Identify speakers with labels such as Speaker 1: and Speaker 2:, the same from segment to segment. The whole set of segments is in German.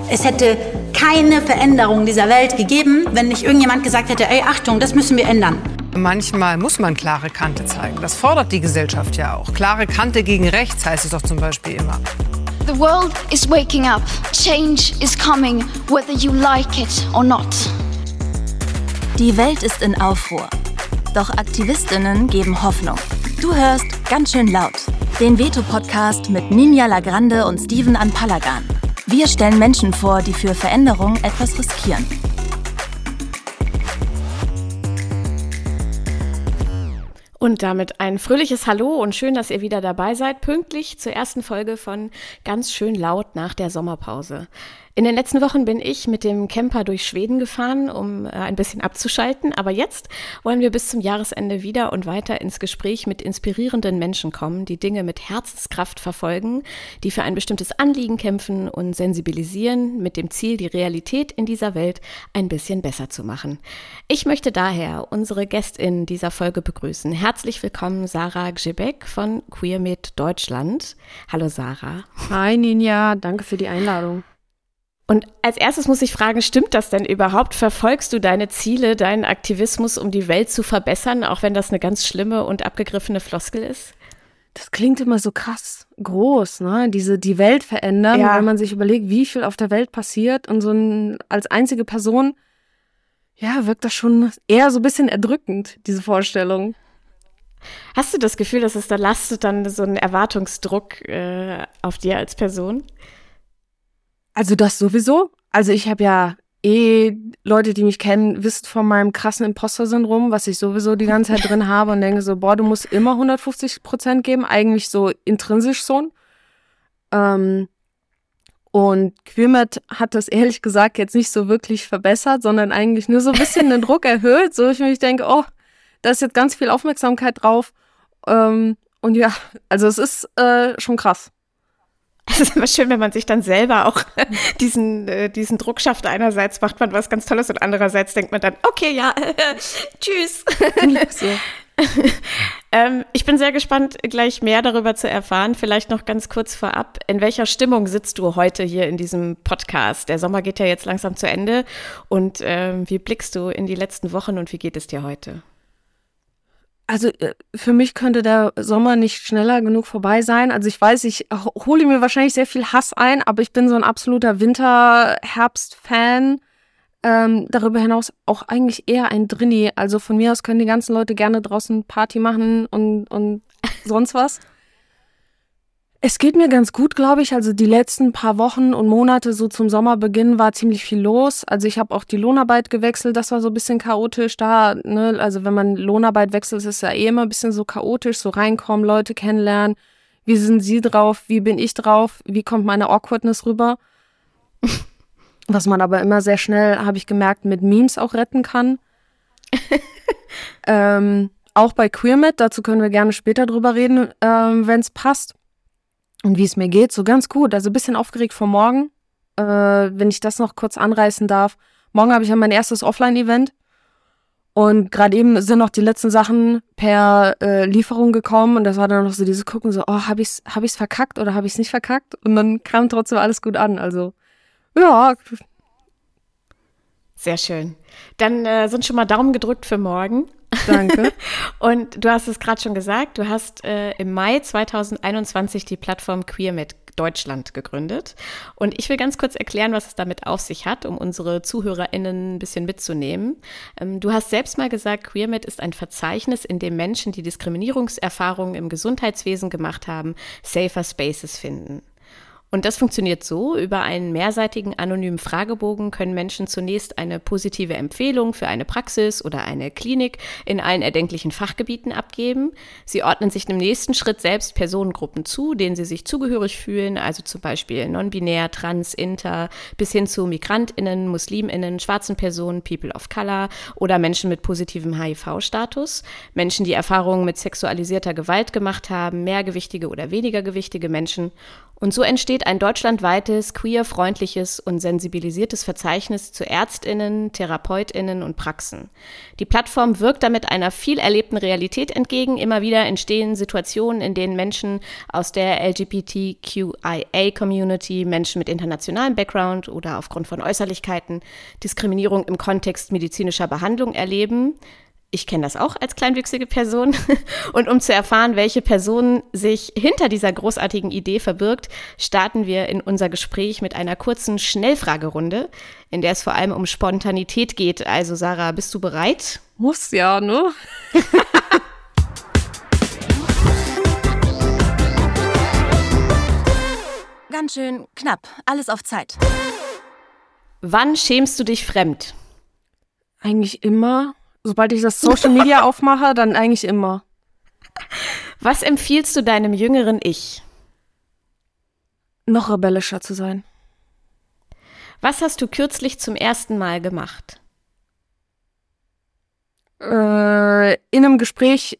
Speaker 1: Es hätte keine Veränderung dieser Welt gegeben, wenn nicht irgendjemand gesagt hätte, ey, Achtung, das müssen wir ändern.
Speaker 2: Manchmal muss man klare Kante zeigen. Das fordert die Gesellschaft ja auch. Klare Kante gegen rechts heißt es doch zum Beispiel immer.
Speaker 3: The world is waking up. Change is coming, whether you like it or not.
Speaker 4: Die Welt ist in Aufruhr. Doch AktivistInnen geben Hoffnung. Du hörst Ganz schön laut. Den Veto-Podcast mit Ninja Lagrande und Steven Anpalagan. Wir stellen Menschen vor, die für Veränderung etwas riskieren.
Speaker 5: Und damit ein fröhliches Hallo und schön, dass ihr wieder dabei seid, pünktlich zur ersten Folge von Ganz schön laut nach der Sommerpause. In den letzten Wochen bin ich mit dem Camper durch Schweden gefahren, um ein bisschen abzuschalten. Aber jetzt wollen wir bis zum Jahresende wieder und weiter ins Gespräch mit inspirierenden Menschen kommen, die Dinge mit Herzenskraft verfolgen, die für ein bestimmtes Anliegen kämpfen und sensibilisieren, mit dem Ziel, die Realität in dieser Welt ein bisschen besser zu machen. Ich möchte daher unsere GästInnen dieser Folge begrüßen. Herzlich willkommen Sarah Gzibek von QueerMed Deutschland. Hallo Sarah.
Speaker 6: Hi Ninja, danke für die Einladung.
Speaker 5: Und als erstes muss ich fragen, stimmt das denn überhaupt? Verfolgst du deine Ziele, deinen Aktivismus, um die Welt zu verbessern, auch wenn das eine ganz schlimme und abgegriffene Floskel ist?
Speaker 6: Das klingt immer so krass groß, ne? Die Welt verändern,
Speaker 5: ja.
Speaker 6: Wenn man sich überlegt, wie viel auf der Welt passiert und als einzige Person, ja, wirkt das schon eher so ein bisschen erdrückend, diese Vorstellung.
Speaker 5: Hast du das Gefühl, dass es da lastet dann so ein Erwartungsdruck auf dir als Person?
Speaker 6: Also das sowieso. Also ich habe ja Leute, die mich kennen, wissen von meinem krassen Imposter-Syndrom, was ich sowieso die ganze Zeit drin habe und denke so, boah, du musst immer 150% geben, eigentlich so intrinsisch so. Und QueerMed hat das ehrlich gesagt jetzt nicht so wirklich verbessert, sondern eigentlich nur so ein bisschen den Druck erhöht, so ich denke, oh, da ist jetzt ganz viel Aufmerksamkeit drauf. Und ja, also es ist schon krass.
Speaker 5: Es ist immer schön, wenn man sich dann selber auch diesen Druck schafft. Einerseits macht man was ganz Tolles und andererseits denkt man dann, okay, ja, tschüss.
Speaker 6: So.
Speaker 5: Ich bin sehr gespannt, gleich mehr darüber zu erfahren. Vielleicht noch ganz kurz vorab, in welcher Stimmung sitzt du heute hier in diesem Podcast? Der Sommer geht ja jetzt langsam zu Ende. Und wie blickst du in die letzten Wochen und wie geht es dir heute?
Speaker 6: Also für mich könnte der Sommer nicht schneller genug vorbei sein. Also ich weiß, ich hole mir wahrscheinlich sehr viel Hass ein, aber ich bin so ein absoluter Winter-Herbst-Fan. Darüber hinaus auch eigentlich eher ein Drinni. Also von mir aus können die ganzen Leute gerne draußen Party machen und sonst was. Es geht mir ganz gut, glaube ich. Also die letzten paar Wochen und Monate so zum Sommerbeginn war ziemlich viel los. Also ich habe auch die Lohnarbeit gewechselt. Das war so ein bisschen chaotisch da. Ne? Also wenn man Lohnarbeit wechselt, ist es ja immer ein bisschen so chaotisch. So reinkommen, Leute kennenlernen. Wie sind sie drauf? Wie bin ich drauf? Wie kommt meine Awkwardness rüber? Was man aber immer sehr schnell, habe ich gemerkt, mit Memes auch retten kann. Auch bei QueerMed, dazu können wir gerne später drüber reden, wenn es passt. Und wie es mir geht, so ganz gut. Also ein bisschen aufgeregt vor morgen, wenn ich das noch kurz anreißen darf. Morgen habe ich ja mein erstes Offline-Event. Und gerade eben sind noch die letzten Sachen per Lieferung gekommen. Und das war dann noch so dieses Gucken, so, oh, hab ich's verkackt oder habe ich es nicht verkackt? Und dann kam trotzdem alles gut an. Also, ja.
Speaker 5: Sehr schön. Dann sind schon mal Daumen gedrückt für morgen.
Speaker 6: Danke.
Speaker 5: Und du hast es gerade schon gesagt, du hast im Mai 2021 die Plattform QueerMed Deutschland gegründet. Und ich will ganz kurz erklären, was es damit auf sich hat, um unsere ZuhörerInnen ein bisschen mitzunehmen. Du hast selbst mal gesagt, QueerMed ist ein Verzeichnis, in dem Menschen, die Diskriminierungserfahrungen im Gesundheitswesen gemacht haben, safer Spaces finden. Und das funktioniert so: Über einen mehrseitigen anonymen Fragebogen können Menschen zunächst eine positive Empfehlung für eine Praxis oder eine Klinik in allen erdenklichen Fachgebieten abgeben. Sie ordnen sich im nächsten Schritt selbst Personengruppen zu, denen sie sich zugehörig fühlen, also zum Beispiel non-binär, trans, inter, bis hin zu MigrantInnen, MuslimInnen, schwarzen Personen, People of Color oder Menschen mit positivem HIV-Status, Menschen, die Erfahrungen mit sexualisierter Gewalt gemacht haben, mehrgewichtige oder weniger gewichtige Menschen. Und so entsteht ein deutschlandweites, queer-freundliches und sensibilisiertes Verzeichnis zu ÄrztInnen, TherapeutInnen und Praxen. Die Plattform wirkt damit einer viel erlebten Realität entgegen. Immer wieder entstehen Situationen, in denen Menschen aus der LGBTQIA-Community, Menschen mit internationalem Background oder aufgrund von Äußerlichkeiten Diskriminierung im Kontext medizinischer Behandlung erleben. Ich kenne das auch als kleinwüchsige Person. Und um zu erfahren, welche Person sich hinter dieser großartigen Idee verbirgt, starten wir in unser Gespräch mit einer kurzen Schnellfragerunde, in der es vor allem um Spontanität geht. Also Sarah, bist du bereit?
Speaker 6: Muss ja, ne?
Speaker 4: Ganz schön knapp, alles auf Zeit.
Speaker 5: Wann schämst du dich fremd?
Speaker 6: Eigentlich immer. Sobald ich das Social Media aufmache, dann eigentlich immer.
Speaker 5: Was empfiehlst du deinem jüngeren Ich?
Speaker 6: Noch rebellischer zu sein.
Speaker 5: Was hast du kürzlich zum ersten Mal gemacht?
Speaker 6: In einem Gespräch,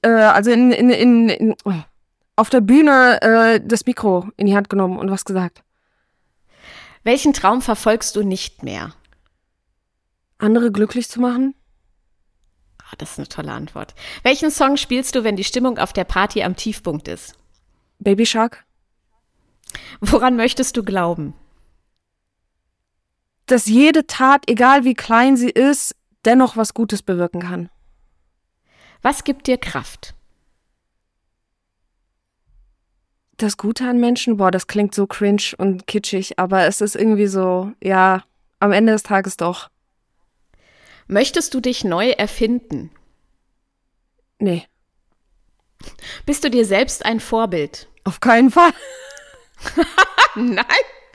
Speaker 6: auf der Bühne das Mikro in die Hand genommen und was gesagt.
Speaker 5: Welchen Traum verfolgst du nicht mehr?
Speaker 6: Andere glücklich zu machen.
Speaker 5: Oh, das ist eine tolle Antwort. Welchen Song spielst du, wenn die Stimmung auf der Party am Tiefpunkt ist?
Speaker 6: Baby Shark.
Speaker 5: Woran möchtest du glauben?
Speaker 6: Dass jede Tat, egal wie klein sie ist, dennoch was Gutes bewirken kann.
Speaker 5: Was gibt dir Kraft?
Speaker 6: Das Gute an Menschen, das klingt so cringe und kitschig, aber es ist irgendwie so, ja, am Ende des Tages doch.
Speaker 5: Möchtest du dich neu erfinden?
Speaker 6: Nee.
Speaker 5: Bist du dir selbst ein Vorbild?
Speaker 6: Auf keinen Fall.
Speaker 5: Nein.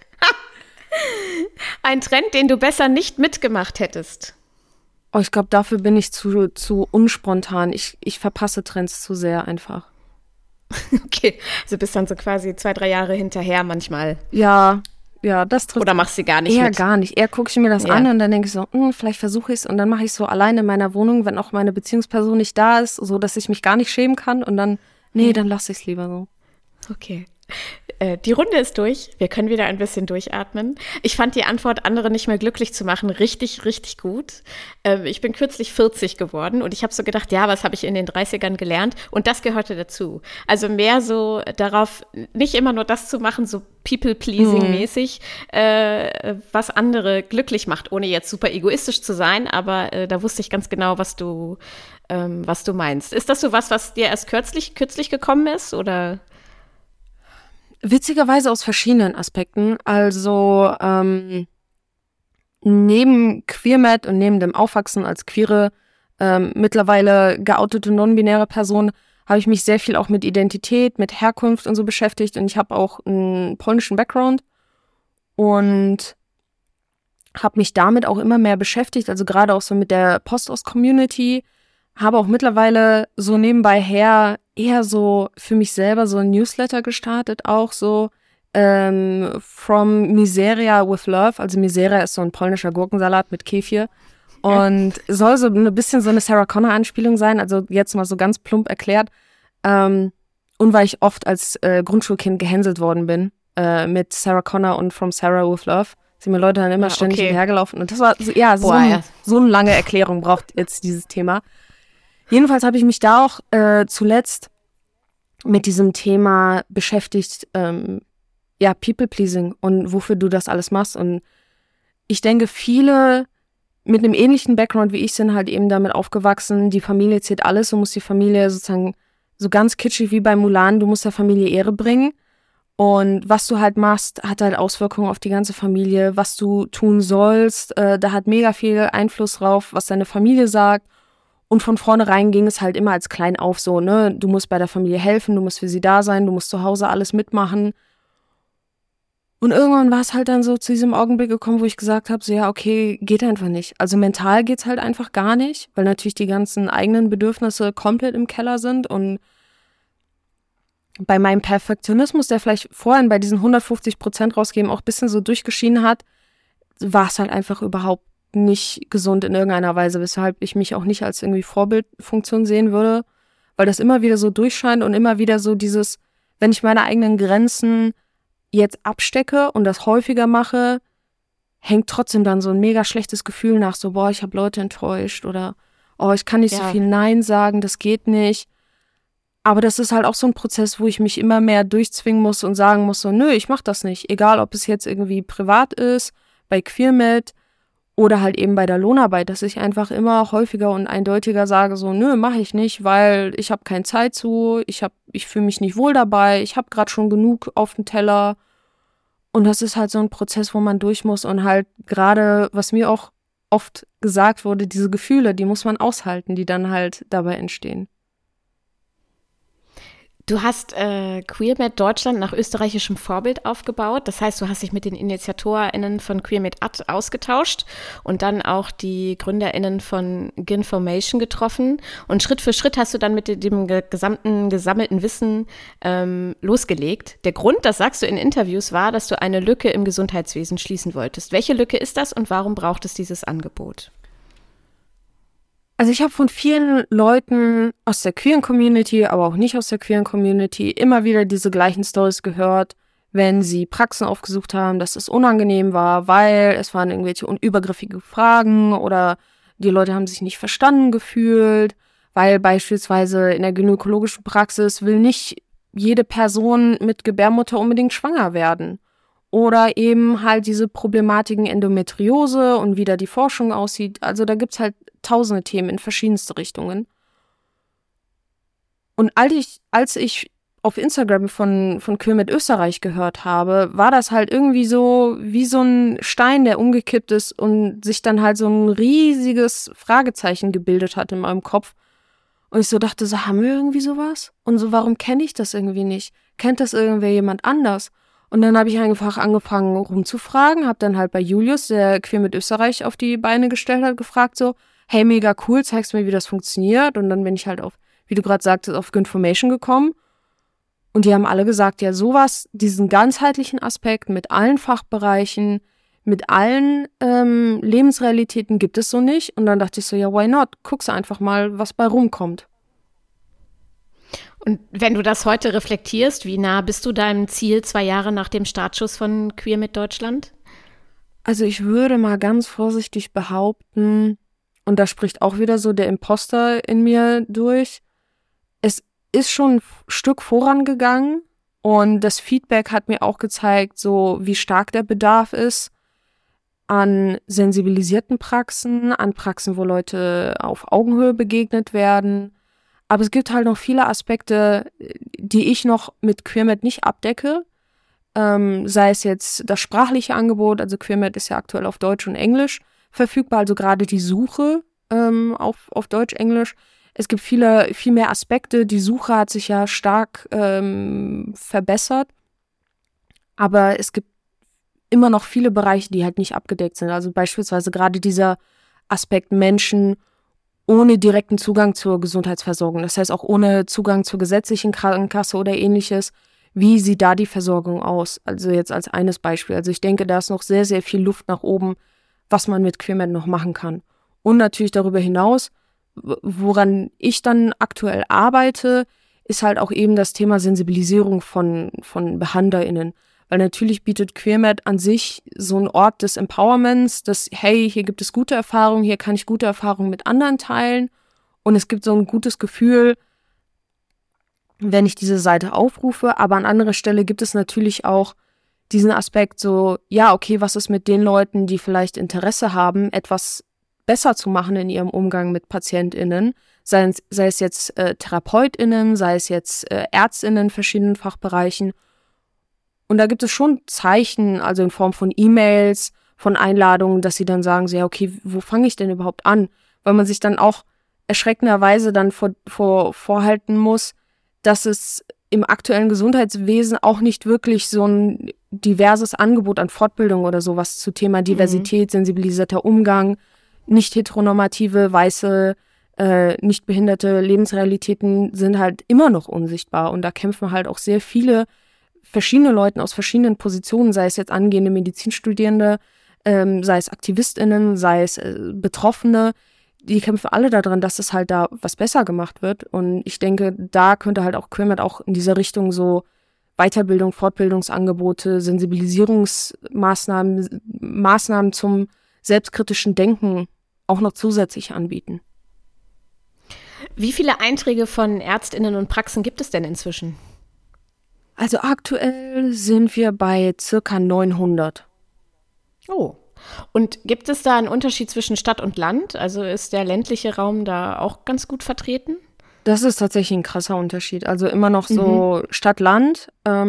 Speaker 5: Ein Trend, den du besser nicht mitgemacht hättest?
Speaker 6: Oh, ich glaube, dafür bin ich zu unspontan. Ich verpasse Trends zu sehr einfach.
Speaker 5: Okay, also bist dann so quasi 2-3 Jahre hinterher manchmal.
Speaker 6: Ja, das trifft.
Speaker 5: Oder machst du gar nicht
Speaker 6: eher
Speaker 5: mit?
Speaker 6: Gar nicht. Eher gucke ich mir das an und dann denke ich so, vielleicht versuche ich es. Und dann mache ich es so alleine in meiner Wohnung, wenn auch meine Beziehungsperson nicht da ist, so dass ich mich gar nicht schämen kann. Und dann, dann lasse ich es lieber so.
Speaker 5: Okay. Die Runde ist durch. Wir können wieder ein bisschen durchatmen. Ich fand die Antwort, andere nicht mehr glücklich zu machen, richtig, richtig gut. Ich bin kürzlich 40 geworden und ich habe so gedacht, ja, was habe ich in den 30ern gelernt? Und das gehörte dazu. Also mehr so darauf, nicht immer nur das zu machen, so People-Pleasing-mäßig, was andere glücklich macht, ohne jetzt super egoistisch zu sein. Aber da wusste ich ganz genau, was du meinst. Ist das so was dir erst kürzlich gekommen ist, oder?
Speaker 6: Witzigerweise aus verschiedenen Aspekten. Also neben Queermat und neben dem Aufwachsen als queere, mittlerweile geoutete non-binäre Person, habe ich mich sehr viel auch mit Identität, mit Herkunft und so beschäftigt. Und ich habe auch einen polnischen Background und habe mich damit auch immer mehr beschäftigt. Also gerade auch so mit der Postost-Community. Habe auch mittlerweile so nebenbei her eher so für mich selber so ein Newsletter gestartet, auch so From Miseria with Love. Also Miseria ist so ein polnischer Gurkensalat mit Kefir und soll so ein bisschen so eine Sarah Connor-Anspielung sein, also jetzt mal so ganz plump erklärt. Und weil ich oft als Grundschulkind gehänselt worden bin mit Sarah Connor und From Sarah with Love, sind mir Leute dann immer ständig hinterhergelaufen. Und das war, so eine lange Erklärung braucht jetzt dieses Thema. Jedenfalls habe ich mich da auch zuletzt mit diesem Thema beschäftigt, People-Pleasing und wofür du das alles machst. Und ich denke, viele mit einem ähnlichen Background wie ich sind halt eben damit aufgewachsen, die Familie zählt alles, du musst die Familie sozusagen so ganz kitschig wie bei Mulan, du musst der Familie Ehre bringen. Und was du halt machst, hat halt Auswirkungen auf die ganze Familie, was du tun sollst. Da hat mega viel Einfluss drauf, was deine Familie sagt. Und von vornherein ging es halt immer als klein auf so, ne? Du musst bei der Familie helfen, du musst für sie da sein, du musst zu Hause alles mitmachen. Und irgendwann war es halt dann so zu diesem Augenblick gekommen, wo ich gesagt habe, so ja, okay, geht einfach nicht. Also mental geht's halt einfach gar nicht, weil natürlich die ganzen eigenen Bedürfnisse komplett im Keller sind. Und bei meinem Perfektionismus, der vielleicht vorhin bei diesen 150% rausgeben auch ein bisschen so durchgeschienen hat, war es halt einfach überhaupt nicht gesund in irgendeiner Weise, weshalb ich mich auch nicht als irgendwie Vorbildfunktion sehen würde, weil das immer wieder so durchscheint und immer wieder so dieses, wenn ich meine eigenen Grenzen jetzt abstecke und das häufiger mache, hängt trotzdem dann so ein mega schlechtes Gefühl nach, so, boah, ich habe Leute enttäuscht oder, oh, ich kann nicht so viel Nein sagen, das geht nicht. Aber das ist halt auch so ein Prozess, wo ich mich immer mehr durchzwingen muss und sagen muss, so, nö, ich mach das nicht. Egal, ob es jetzt irgendwie privat ist, bei QueerMed oder halt eben bei der Lohnarbeit, dass ich einfach immer häufiger und eindeutiger sage, so, nö, mache ich nicht, weil ich habe keine Zeit zu, ich fühle mich nicht wohl dabei, ich habe gerade schon genug auf dem Teller. Und das ist halt so ein Prozess, wo man durch muss und halt gerade, was mir auch oft gesagt wurde, diese Gefühle, die muss man aushalten, die dann halt dabei entstehen.
Speaker 5: Du hast QueerMed Deutschland nach österreichischem Vorbild aufgebaut. Das heißt, du hast dich mit den InitiatorInnen von QueerMed ausgetauscht und dann auch die GründerInnen von Ginformation getroffen. Und Schritt für Schritt hast du dann mit dem gesamten gesammelten Wissen losgelegt. Der Grund, das sagst du in Interviews, war, dass du eine Lücke im Gesundheitswesen schließen wolltest. Welche Lücke ist das und warum braucht es dieses Angebot?
Speaker 6: Also ich habe von vielen Leuten aus der queeren Community, aber auch nicht aus der queeren Community, immer wieder diese gleichen Stories gehört, wenn sie Praxen aufgesucht haben, dass es unangenehm war, weil es waren irgendwelche übergriffige Fragen oder die Leute haben sich nicht verstanden gefühlt, weil beispielsweise in der gynäkologischen Praxis will nicht jede Person mit Gebärmutter unbedingt schwanger werden. Oder eben halt diese Problematiken Endometriose und wie da die Forschung aussieht. Also da gibt's halt tausende Themen in verschiedenste Richtungen. Und als ich auf Instagram von QueerMed Österreich gehört habe, war das halt irgendwie so wie so ein Stein, der umgekippt ist und sich dann halt so ein riesiges Fragezeichen gebildet hat in meinem Kopf. Und ich so dachte, so haben wir irgendwie sowas? Und so, warum kenne ich das irgendwie nicht? Kennt das irgendwer jemand anders? Und dann habe ich einfach angefangen rumzufragen, habe dann halt bei Julius, der QueerMed Österreich auf die Beine gestellt hat, gefragt so, hey, mega cool, zeigst mir, wie das funktioniert. Und dann bin ich halt auf, wie du gerade sagtest, auf Ginformation gekommen. Und die haben alle gesagt, ja, sowas, diesen ganzheitlichen Aspekt mit allen Fachbereichen, mit allen Lebensrealitäten gibt es so nicht. Und dann dachte ich so, ja, why not? Guckst einfach mal, was bei rumkommt.
Speaker 5: Und wenn du das heute reflektierst, wie nah bist du deinem Ziel 2 Jahre nach dem Startschuss von QueerMed Deutschland?
Speaker 6: Also ich würde mal ganz vorsichtig behaupten, und da spricht auch wieder so der Imposter in mir durch, es ist schon ein Stück vorangegangen und das Feedback hat mir auch gezeigt, so wie stark der Bedarf ist an sensibilisierten Praxen, an Praxen, wo Leute auf Augenhöhe begegnet werden. Aber es gibt halt noch viele Aspekte, die ich noch mit QueerMed nicht abdecke. Sei es jetzt das sprachliche Angebot, also QueerMed ist ja aktuell auf Deutsch und Englisch verfügbar, also gerade die Suche auf Deutsch, Englisch. Es gibt viel mehr Aspekte, die Suche hat sich ja stark verbessert, aber es gibt immer noch viele Bereiche, die halt nicht abgedeckt sind. Also beispielsweise gerade dieser Aspekt Menschen ohne direkten Zugang zur Gesundheitsversorgung. Das heißt auch ohne Zugang zur gesetzlichen Krankenkasse oder ähnliches. Wie sieht da die Versorgung aus? Also jetzt als eines Beispiel. Also ich denke, da ist noch sehr, sehr viel Luft nach oben, was man mit QueerMed noch machen kann. Und natürlich darüber hinaus, woran ich dann aktuell arbeite, ist halt auch eben das Thema Sensibilisierung von BehandlerInnen. Weil natürlich bietet QueerMed an sich so einen Ort des Empowerments, dass, hey, hier gibt es gute Erfahrungen, hier kann ich gute Erfahrungen mit anderen teilen. Und es gibt so ein gutes Gefühl, wenn ich diese Seite aufrufe. Aber an anderer Stelle gibt es natürlich auch diesen Aspekt so, ja, okay, was ist mit den Leuten, die vielleicht Interesse haben, etwas besser zu machen in ihrem Umgang mit PatientInnen, sei es jetzt TherapeutInnen, sei es jetzt ÄrztInnen in verschiedenen Fachbereichen. Und da gibt es schon Zeichen, also in Form von E-Mails, von Einladungen, dass sie dann sagen, so, ja, okay, wo fange ich denn überhaupt an? Weil man sich dann auch erschreckenderweise dann vorhalten muss, dass es im aktuellen Gesundheitswesen auch nicht wirklich so ein diverses Angebot an Fortbildung oder sowas zu Thema Diversität, sensibilisierter Umgang, nicht heteronormative, weiße, nicht behinderte Lebensrealitäten sind halt immer noch unsichtbar. Und da kämpfen halt auch sehr viele verschiedene Leute aus verschiedenen Positionen, sei es jetzt angehende Medizinstudierende, sei es AktivistInnen, sei es Betroffene, die kämpfen alle daran, dass es halt da was besser gemacht wird. Und ich denke, da könnte halt auch QueerMed auch in dieser Richtung so Weiterbildung, Fortbildungsangebote, Sensibilisierungsmaßnahmen, Maßnahmen zum selbstkritischen Denken auch noch zusätzlich anbieten.
Speaker 5: Wie viele Einträge von ÄrztInnen und Praxen gibt es denn inzwischen?
Speaker 6: Also aktuell sind wir bei circa 900.
Speaker 5: Oh. Und gibt es da einen Unterschied zwischen Stadt und Land? Also ist der ländliche Raum da auch ganz gut vertreten?
Speaker 6: Das ist tatsächlich ein krasser Unterschied. Also immer noch so Stadt-Land.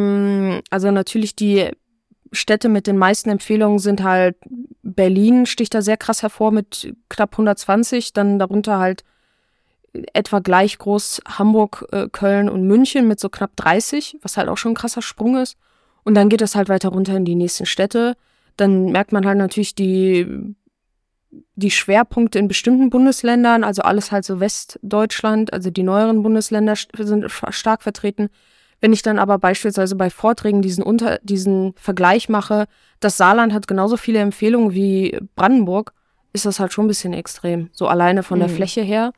Speaker 6: Also natürlich die Städte mit den meisten Empfehlungen sind halt Berlin, sticht da sehr krass hervor mit knapp 120. Dann darunter halt etwa gleich groß Hamburg, Köln und München mit so knapp 30, was halt auch schon ein krasser Sprung ist. Und dann geht es halt weiter runter in die nächsten Städte. Dann merkt man halt natürlich die Schwerpunkte in bestimmten Bundesländern, also alles halt so Westdeutschland, also die neueren Bundesländer sind stark vertreten. Wenn ich dann aber beispielsweise bei Vorträgen diesen Vergleich mache, das Saarland hat genauso viele Empfehlungen wie Brandenburg, ist das halt schon ein bisschen extrem, so alleine von der Fläche her.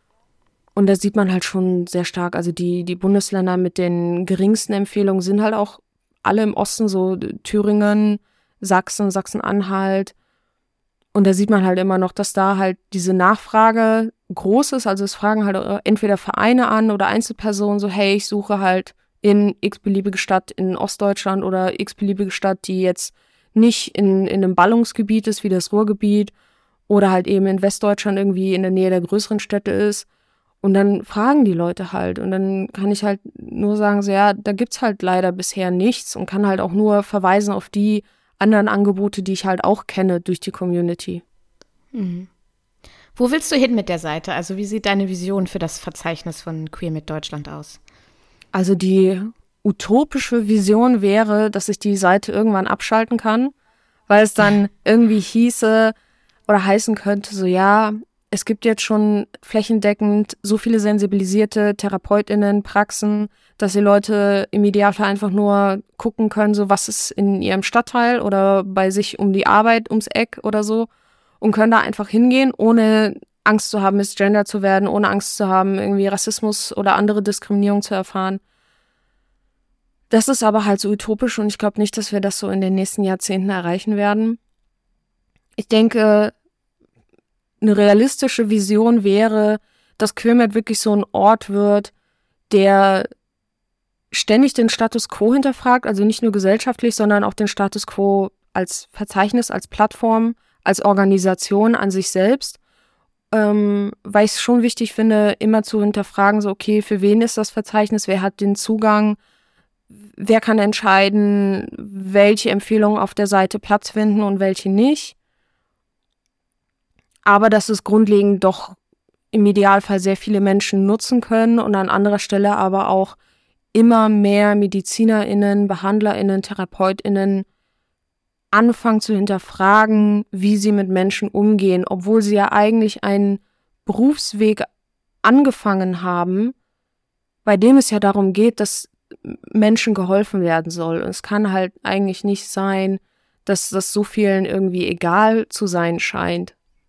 Speaker 6: Und da sieht man halt schon sehr stark, also die Bundesländer mit den geringsten Empfehlungen sind halt auch alle im Osten, so Thüringen, Sachsen, Sachsen-Anhalt. Und da sieht man halt immer noch, dass da halt diese Nachfrage groß ist. Also es fragen halt entweder Vereine an oder Einzelpersonen so, hey, ich suche halt in x-beliebige Stadt in Ostdeutschland oder x-beliebige Stadt, die jetzt nicht in einem Ballungsgebiet ist, wie das Ruhrgebiet, oder halt eben in Westdeutschland irgendwie in der Nähe der größeren Städte ist. Und dann fragen die Leute halt. Und dann kann ich halt nur sagen, so ja, da gibt's halt leider bisher nichts und kann halt auch nur verweisen auf die anderen Angebote, die ich halt auch kenne durch die Community.
Speaker 5: Mhm. Wo willst du hin mit der Seite? Also wie sieht deine Vision für das Verzeichnis von Queer mit Deutschland aus?
Speaker 6: Also die utopische Vision wäre, dass ich die Seite irgendwann abschalten kann, weil es dann irgendwie hieße oder heißen könnte, so ja, es gibt jetzt schon flächendeckend so viele sensibilisierte TherapeutInnen, Praxen, dass die Leute im Idealfall einfach nur gucken können, so was ist in ihrem Stadtteil oder bei sich um die Arbeit, ums Eck oder so und können da einfach hingehen, ohne Angst zu haben, misgendert zu werden, ohne Angst zu haben, irgendwie Rassismus oder andere Diskriminierung zu erfahren. Das ist aber halt so utopisch und ich glaube nicht, dass wir das so in den nächsten Jahrzehnten erreichen werden. Ich denke, eine realistische Vision wäre, dass QueerMed wirklich so ein Ort wird, der ständig den Status quo hinterfragt, also nicht nur gesellschaftlich, sondern auch den Status quo als Verzeichnis, als Plattform, als Organisation an sich selbst, weil ich es schon wichtig finde, immer zu hinterfragen, so okay, für wen ist das Verzeichnis, wer hat den Zugang, wer kann entscheiden, welche Empfehlungen auf der Seite Platz finden und welche nicht. Aber dass es grundlegend doch im Idealfall sehr viele Menschen nutzen können und an anderer Stelle aber auch immer mehr MedizinerInnen, BehandlerInnen, TherapeutInnen anfangen zu hinterfragen, wie sie mit Menschen umgehen, obwohl sie ja eigentlich einen Berufsweg angefangen haben, bei dem es ja darum geht, dass Menschen geholfen werden soll. Und es kann halt eigentlich nicht sein, dass das so vielen irgendwie egal zu sein scheint.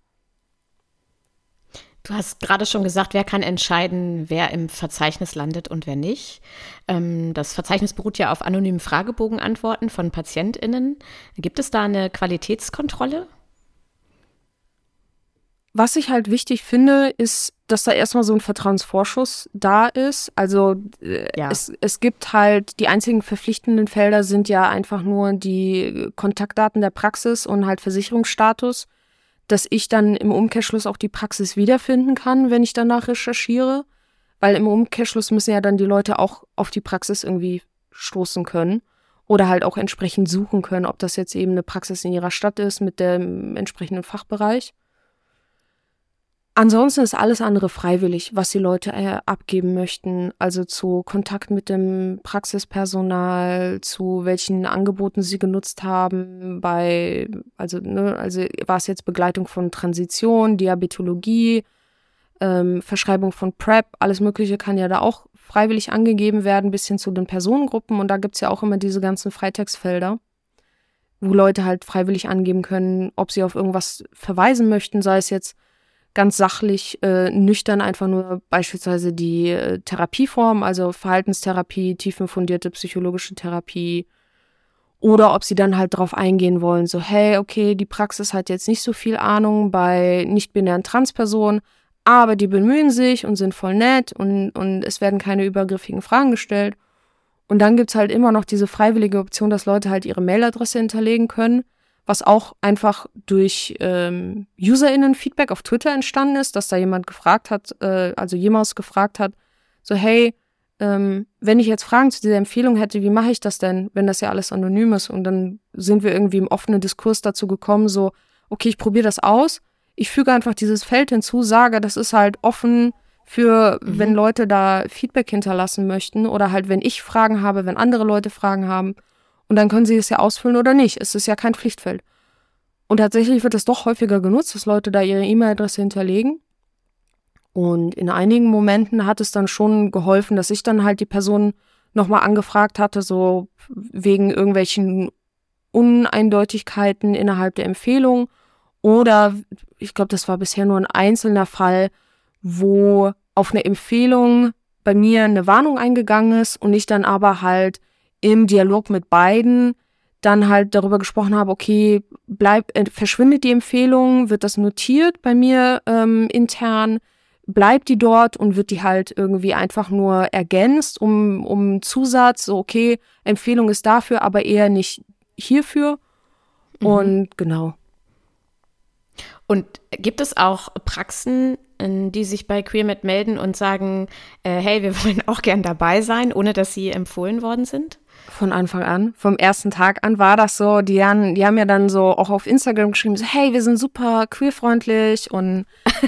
Speaker 5: Du hast gerade schon gesagt, wer kann entscheiden, wer im Verzeichnis landet und wer nicht. Das Verzeichnis beruht ja auf anonymen Fragebogenantworten von PatientInnen. Gibt es da eine Qualitätskontrolle?
Speaker 6: Was ich halt wichtig finde, ist, dass da erstmal so ein Vertrauensvorschuss da ist. Also es gibt halt, die einzigen verpflichtenden Felder sind ja einfach nur die Kontaktdaten der Praxis und halt Versicherungsstatus, dass ich dann im Umkehrschluss auch die Praxis wiederfinden kann, wenn ich danach recherchiere. Weil im Umkehrschluss müssen ja dann die Leute auch auf die Praxis irgendwie stoßen können oder halt auch entsprechend suchen können, ob das jetzt eben eine Praxis in ihrer Stadt ist mit dem entsprechenden Fachbereich. Ansonsten ist alles andere freiwillig, was die Leute abgeben möchten. Also zu Kontakt mit dem Praxispersonal, zu welchen Angeboten sie genutzt haben, also war es jetzt Begleitung von Transition, Diabetologie, Verschreibung von PrEP, alles Mögliche kann ja da auch freiwillig angegeben werden, bis hin zu den Personengruppen. Und da gibt's ja auch immer diese ganzen Freitextfelder, wo Leute halt freiwillig angeben können, ob sie auf irgendwas verweisen möchten, sei es jetzt ganz sachlich, nüchtern einfach nur beispielsweise die Therapieform, also Verhaltenstherapie, tiefenfundierte psychologische Therapie, oder ob sie dann halt drauf eingehen wollen, so hey, okay, die Praxis hat jetzt nicht so viel Ahnung bei nicht-binären Transpersonen, aber die bemühen sich und sind voll nett und es werden keine übergriffigen Fragen gestellt. Und dann gibt's halt immer noch diese freiwillige Option, dass Leute halt ihre Mailadresse hinterlegen können, was auch einfach durch UserInnen-Feedback auf Twitter entstanden ist, dass da jemand gefragt hat, also jemals gefragt hat, so hey, wenn ich jetzt Fragen zu dieser Empfehlung hätte, wie mache ich das denn, wenn das ja alles anonym ist? Und dann sind wir irgendwie im offenen Diskurs dazu gekommen, so, okay, ich probiere das aus, ich füge einfach dieses Feld hinzu, sage, das ist halt offen für, wenn Leute da Feedback hinterlassen möchten oder halt, wenn ich Fragen habe, wenn andere Leute Fragen haben. Und dann können sie es ja ausfüllen oder nicht. Es ist ja kein Pflichtfeld. Und tatsächlich wird es doch häufiger genutzt, dass Leute da ihre E-Mail-Adresse hinterlegen. Und in einigen Momenten hat es dann schon geholfen, dass ich dann halt die Person nochmal angefragt hatte, so wegen irgendwelchen Uneindeutigkeiten innerhalb der Empfehlung. Oder ich glaube, das war bisher nur ein einzelner Fall, wo auf eine Empfehlung bei mir eine Warnung eingegangen ist und ich dann aber halt im Dialog mit beiden dann halt darüber gesprochen habe, okay, verschwindet die Empfehlung, wird das notiert bei mir intern, bleibt die dort und wird die halt irgendwie einfach nur ergänzt um Zusatz, so okay, Empfehlung ist dafür, aber eher nicht hierfür. Und genau.
Speaker 5: Und gibt es auch Praxen, die sich bei QueerMed melden und sagen, hey, wir wollen auch gern dabei sein, ohne dass sie empfohlen worden sind?
Speaker 6: Von Anfang an, vom ersten Tag an war das so. Die haben ja dann so auch auf Instagram geschrieben, so hey, wir sind super queerfreundlich und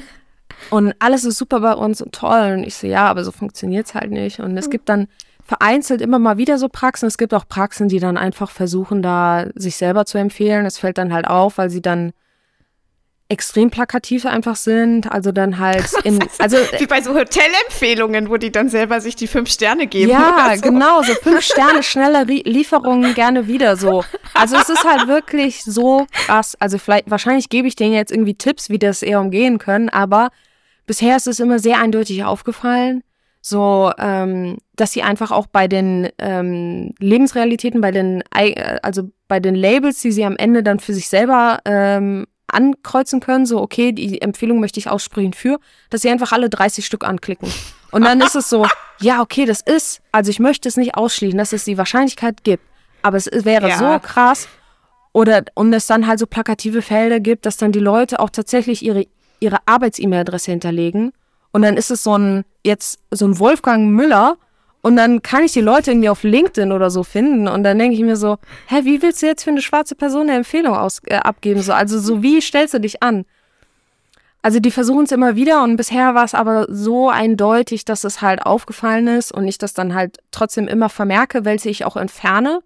Speaker 6: alles ist super bei uns und toll. Und ich so, ja, aber so funktioniert's halt nicht. Und es gibt dann vereinzelt immer mal wieder so Praxen. Es gibt auch Praxen, die dann einfach versuchen, da sich selber zu empfehlen. Es fällt dann halt auf, weil sie dann extrem plakativ einfach sind, also dann halt
Speaker 5: wie bei so Hotelempfehlungen, wo die dann selber sich die 5 Sterne geben.
Speaker 6: Ja,
Speaker 5: oder so.
Speaker 6: genau, so 5 Sterne, schnelle Lieferungen, gerne wieder so. Also es ist halt wirklich so krass. Also wahrscheinlich gebe ich denen jetzt irgendwie Tipps, wie das eher umgehen können, aber bisher ist es immer sehr eindeutig aufgefallen, so, dass sie einfach auch bei den Lebensrealitäten, bei den Labels, die sie am Ende dann für sich selber ankreuzen können, so okay, die Empfehlung möchte ich aussprechen für, dass sie einfach alle 30 Stück anklicken. Und dann ist es so, ja, okay, also ich möchte es nicht ausschließen, dass es die Wahrscheinlichkeit gibt, aber es wäre so krass, und es dann halt so plakative Felder gibt, dass dann die Leute auch tatsächlich ihre Arbeits-E-Mail-Adresse hinterlegen und dann ist es so ein Wolfgang Müller. Und dann kann ich die Leute irgendwie auf LinkedIn oder so finden und dann denke ich mir so, wie willst du jetzt für eine schwarze Person eine Empfehlung abgeben? So, also so, wie stellst du dich an? Also die versuchen es immer wieder und bisher war es aber so eindeutig, dass es halt aufgefallen ist und ich das dann halt trotzdem immer vermerke, welche ich auch entferne,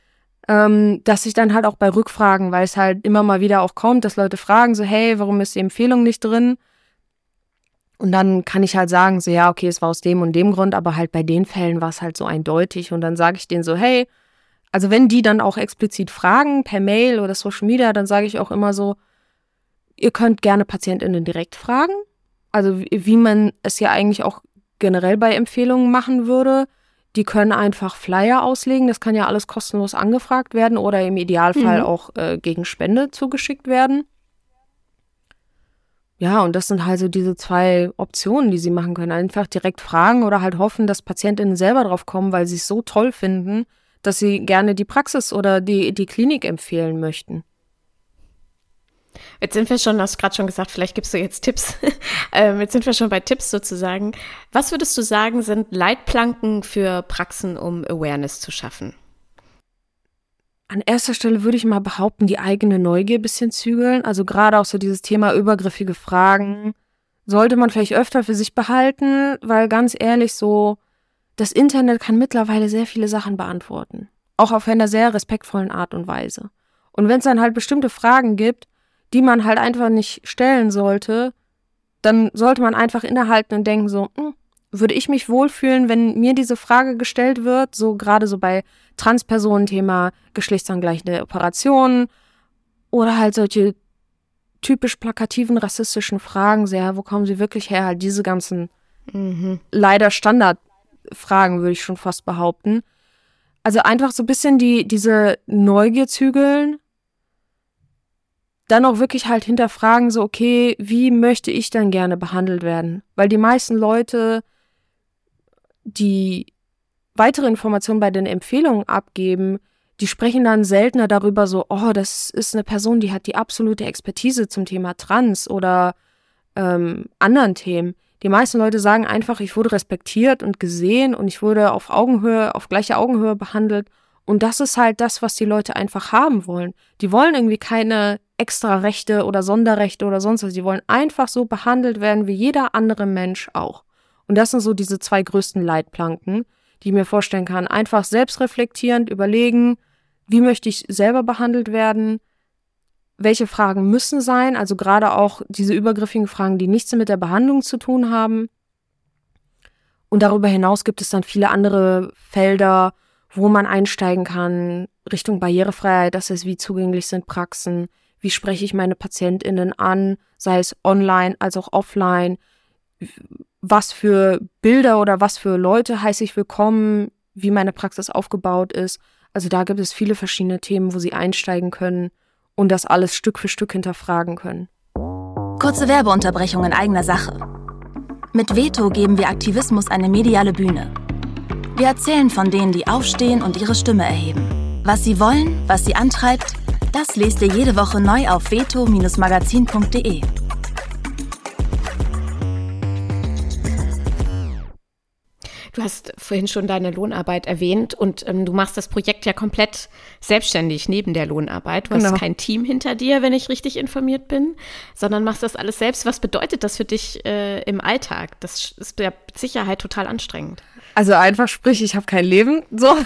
Speaker 6: dass ich dann halt auch bei Rückfragen, weil es halt immer mal wieder auch kommt, dass Leute fragen so, hey, warum ist die Empfehlung nicht drin? Und dann kann ich halt sagen, so ja, okay, es war aus dem und dem Grund, aber halt bei den Fällen war es halt so eindeutig. Und dann sage ich denen so, hey, also wenn die dann auch explizit fragen, per Mail oder Social Media, dann sage ich auch immer so, ihr könnt gerne PatientInnen direkt fragen. Also wie man es ja eigentlich auch generell bei Empfehlungen machen würde. Die können einfach Flyer auslegen, das kann ja alles kostenlos angefragt werden oder im Idealfall auch gegen Spende zugeschickt werden. Ja, und das sind halt so diese 2 Optionen, die sie machen können. Einfach direkt fragen oder halt hoffen, dass PatientInnen selber drauf kommen, weil sie es so toll finden, dass sie gerne die Praxis oder die Klinik empfehlen möchten.
Speaker 5: Jetzt sind wir schon, hast du gerade schon gesagt, vielleicht gibst du jetzt Tipps. Jetzt sind wir schon bei Tipps sozusagen. Was würdest du sagen, sind Leitplanken für Praxen, um Awareness zu schaffen?
Speaker 6: An erster Stelle würde ich mal behaupten, die eigene Neugier ein bisschen zügeln. Also gerade auch so dieses Thema übergriffige Fragen sollte man vielleicht öfter für sich behalten, weil ganz ehrlich so, das Internet kann mittlerweile sehr viele Sachen beantworten. Auch auf einer sehr respektvollen Art und Weise. Und wenn es dann halt bestimmte Fragen gibt, die man halt einfach nicht stellen sollte, dann sollte man einfach innehalten und denken so, würde ich mich wohlfühlen, wenn mir diese Frage gestellt wird, so gerade so bei Transpersonen, Thema geschlechtsangleichende Operationen oder halt solche typisch plakativen rassistischen Fragen sehr, wo kommen sie wirklich her? Halt diese ganzen leider Standardfragen, würde ich schon fast behaupten. Also einfach so ein bisschen diese Neugier zügeln, dann auch wirklich halt hinterfragen, so okay, wie möchte ich denn gerne behandelt werden? Weil die meisten Leute, die weitere Informationen bei den Empfehlungen abgeben, die sprechen dann seltener darüber so, oh, das ist eine Person, die hat die absolute Expertise zum Thema Trans oder anderen Themen. Die meisten Leute sagen einfach, ich wurde respektiert und gesehen und ich wurde auf gleicher Augenhöhe behandelt. Und das ist halt das, was die Leute einfach haben wollen. Die wollen irgendwie keine extra Rechte oder Sonderrechte oder sonst was. Die wollen einfach so behandelt werden wie jeder andere Mensch auch. Und das sind so diese 2 größten Leitplanken, die ich mir vorstellen kann. Einfach selbstreflektierend überlegen, wie möchte ich selber behandelt werden, welche Fragen müssen sein, also gerade auch diese übergriffigen Fragen, die nichts mit der Behandlung zu tun haben. Und darüber hinaus gibt es dann viele andere Felder, wo man einsteigen kann, Richtung Barrierefreiheit, das heißt, wie zugänglich sind Praxen, wie spreche ich meine PatientInnen an, sei es online als auch offline, was für Bilder oder was für Leute heiße ich willkommen, wie meine Praxis aufgebaut ist. Also da gibt es viele verschiedene Themen, wo sie einsteigen können und das alles Stück für Stück hinterfragen können.
Speaker 4: Kurze Werbeunterbrechung in eigener Sache. Mit Veto geben wir Aktivismus eine mediale Bühne. Wir erzählen von denen, die aufstehen und ihre Stimme erheben. Was sie wollen, was sie antreibt, das lest ihr jede Woche neu auf veto-magazin.de.
Speaker 5: Du hast vorhin schon deine Lohnarbeit erwähnt und du machst das Projekt ja komplett selbstständig neben der Lohnarbeit. Du hast kein Team hinter dir, wenn ich richtig informiert bin, sondern machst das alles selbst. Was bedeutet das für dich im Alltag? Das ist ja mit Sicherheit total anstrengend.
Speaker 6: Also einfach sprich, ich habe kein Leben, so.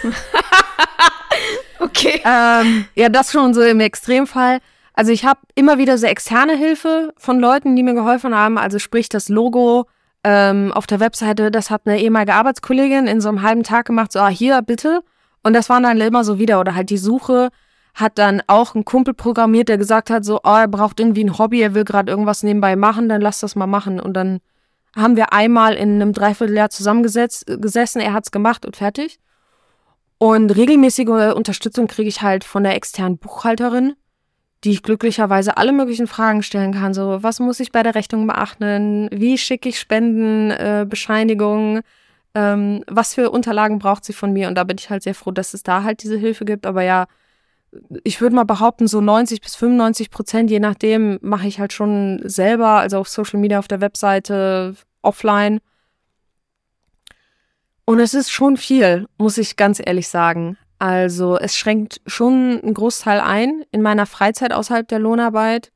Speaker 5: Okay.
Speaker 6: Ja, das schon so im Extremfall. Also ich habe immer wieder so externe Hilfe von Leuten, die mir geholfen haben. Also sprich das Logo auf der Webseite, das hat eine ehemalige Arbeitskollegin in so einem halben Tag gemacht, so hier bitte. Und das waren dann immer so wieder. Oder halt die Suche hat dann auch ein Kumpel programmiert, der gesagt hat, so er braucht irgendwie ein Hobby, er will gerade irgendwas nebenbei machen, dann lass das mal machen. Und dann haben wir einmal in einem Dreivierteljahr zusammengesessen, er hat's gemacht und fertig. Und regelmäßige Unterstützung kriege ich halt von der externen Buchhalterin, die ich glücklicherweise alle möglichen Fragen stellen kann. So, was muss ich bei der Rechnung beachten? Wie schicke ich Spendenbescheinigungen? Was für Unterlagen braucht sie von mir? Und da bin ich halt sehr froh, dass es da halt diese Hilfe gibt. Aber ja, ich würde mal behaupten, so 90-95%, je nachdem, mache ich halt schon selber, also auf Social Media, auf der Webseite, offline. Und es ist schon viel, muss ich ganz ehrlich sagen. Also es schränkt schon einen Großteil ein in meiner Freizeit außerhalb der Lohnarbeit.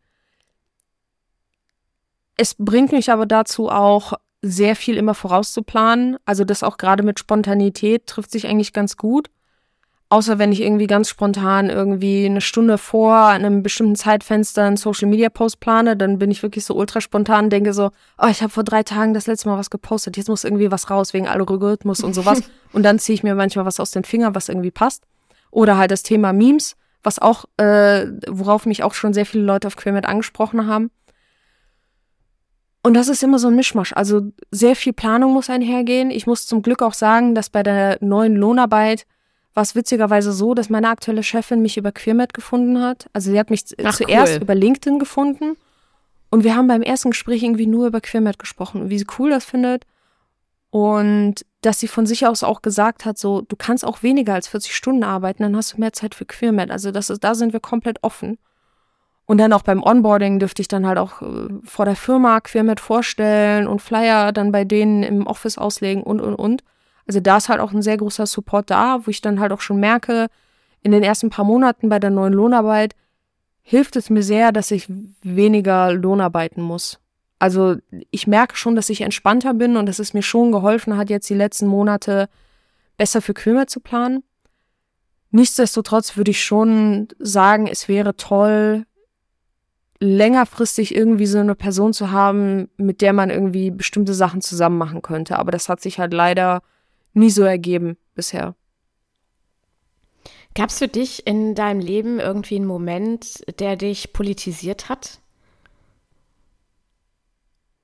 Speaker 6: Es bringt mich aber dazu auch, sehr viel immer vorauszuplanen. Also das auch gerade mit Spontanität trifft sich eigentlich ganz gut. Außer wenn ich irgendwie ganz spontan irgendwie eine Stunde vor einem bestimmten Zeitfenster einen Social-Media-Post plane, dann bin ich wirklich so ultra spontan und denke so, oh, ich habe vor 3 Tagen das letzte Mal was gepostet, jetzt muss irgendwie was raus wegen Algorithmus und sowas. Und dann ziehe ich mir manchmal was aus den Fingern, was irgendwie passt. Oder halt das Thema Memes, was auch, worauf mich auch schon sehr viele Leute auf Queermed angesprochen haben. Und das ist immer so ein Mischmasch. Also sehr viel Planung muss einhergehen. Ich muss zum Glück auch sagen, dass bei der neuen Lohnarbeit war es witzigerweise so, dass meine aktuelle Chefin mich über Queermed gefunden hat. Also sie hat mich zuerst über LinkedIn gefunden und wir haben beim ersten Gespräch irgendwie nur über Queermed gesprochen und wie sie cool das findet und dass sie von sich aus auch gesagt hat, so du kannst auch weniger als 40 Stunden arbeiten, dann hast du mehr Zeit für Queermed. Also da sind wir komplett offen. Und dann auch beim Onboarding dürfte ich dann halt auch vor der Firma Queermed vorstellen und Flyer dann bei denen im Office auslegen und. Also da ist halt auch ein sehr großer Support da, wo ich dann halt auch schon merke, in den ersten paar Monaten bei der neuen Lohnarbeit hilft es mir sehr, dass ich weniger Lohnarbeiten muss. Also ich merke schon, dass ich entspannter bin und dass es mir schon geholfen hat, jetzt die letzten Monate besser für Queermed zu planen. Nichtsdestotrotz würde ich schon sagen, es wäre toll, längerfristig irgendwie so eine Person zu haben, mit der man irgendwie bestimmte Sachen zusammen machen könnte. Aber das hat sich halt leider nie so ergeben bisher.
Speaker 5: Gab es für dich in deinem Leben irgendwie einen Moment, der dich politisiert hat?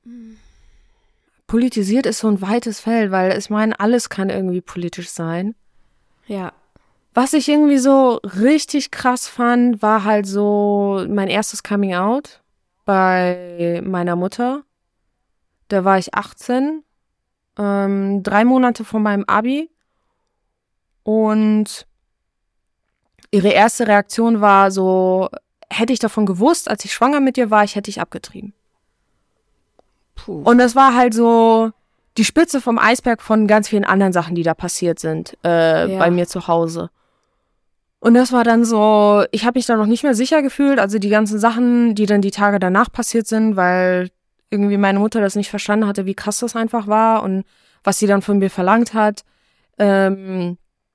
Speaker 6: Politisiert ist so ein weites Feld, weil ich meine, alles kann irgendwie politisch sein.
Speaker 5: Ja.
Speaker 6: Was ich irgendwie so richtig krass fand, war halt so mein erstes Coming Out bei meiner Mutter. Da war ich 18, 3 Monate vor meinem Abi. Und ihre erste Reaktion war so, hätte ich davon gewusst, als ich schwanger mit dir war, hätte ich abgetrieben.
Speaker 5: Puh.
Speaker 6: Und das war halt so die Spitze vom Eisberg von ganz vielen anderen Sachen, die da passiert sind bei mir zu Hause. Und das war dann so, ich habe mich da noch nicht mehr sicher gefühlt, also die ganzen Sachen, die dann die Tage danach passiert sind, weil irgendwie meine Mutter das nicht verstanden hatte, wie krass das einfach war und was sie dann von mir verlangt hat. Oder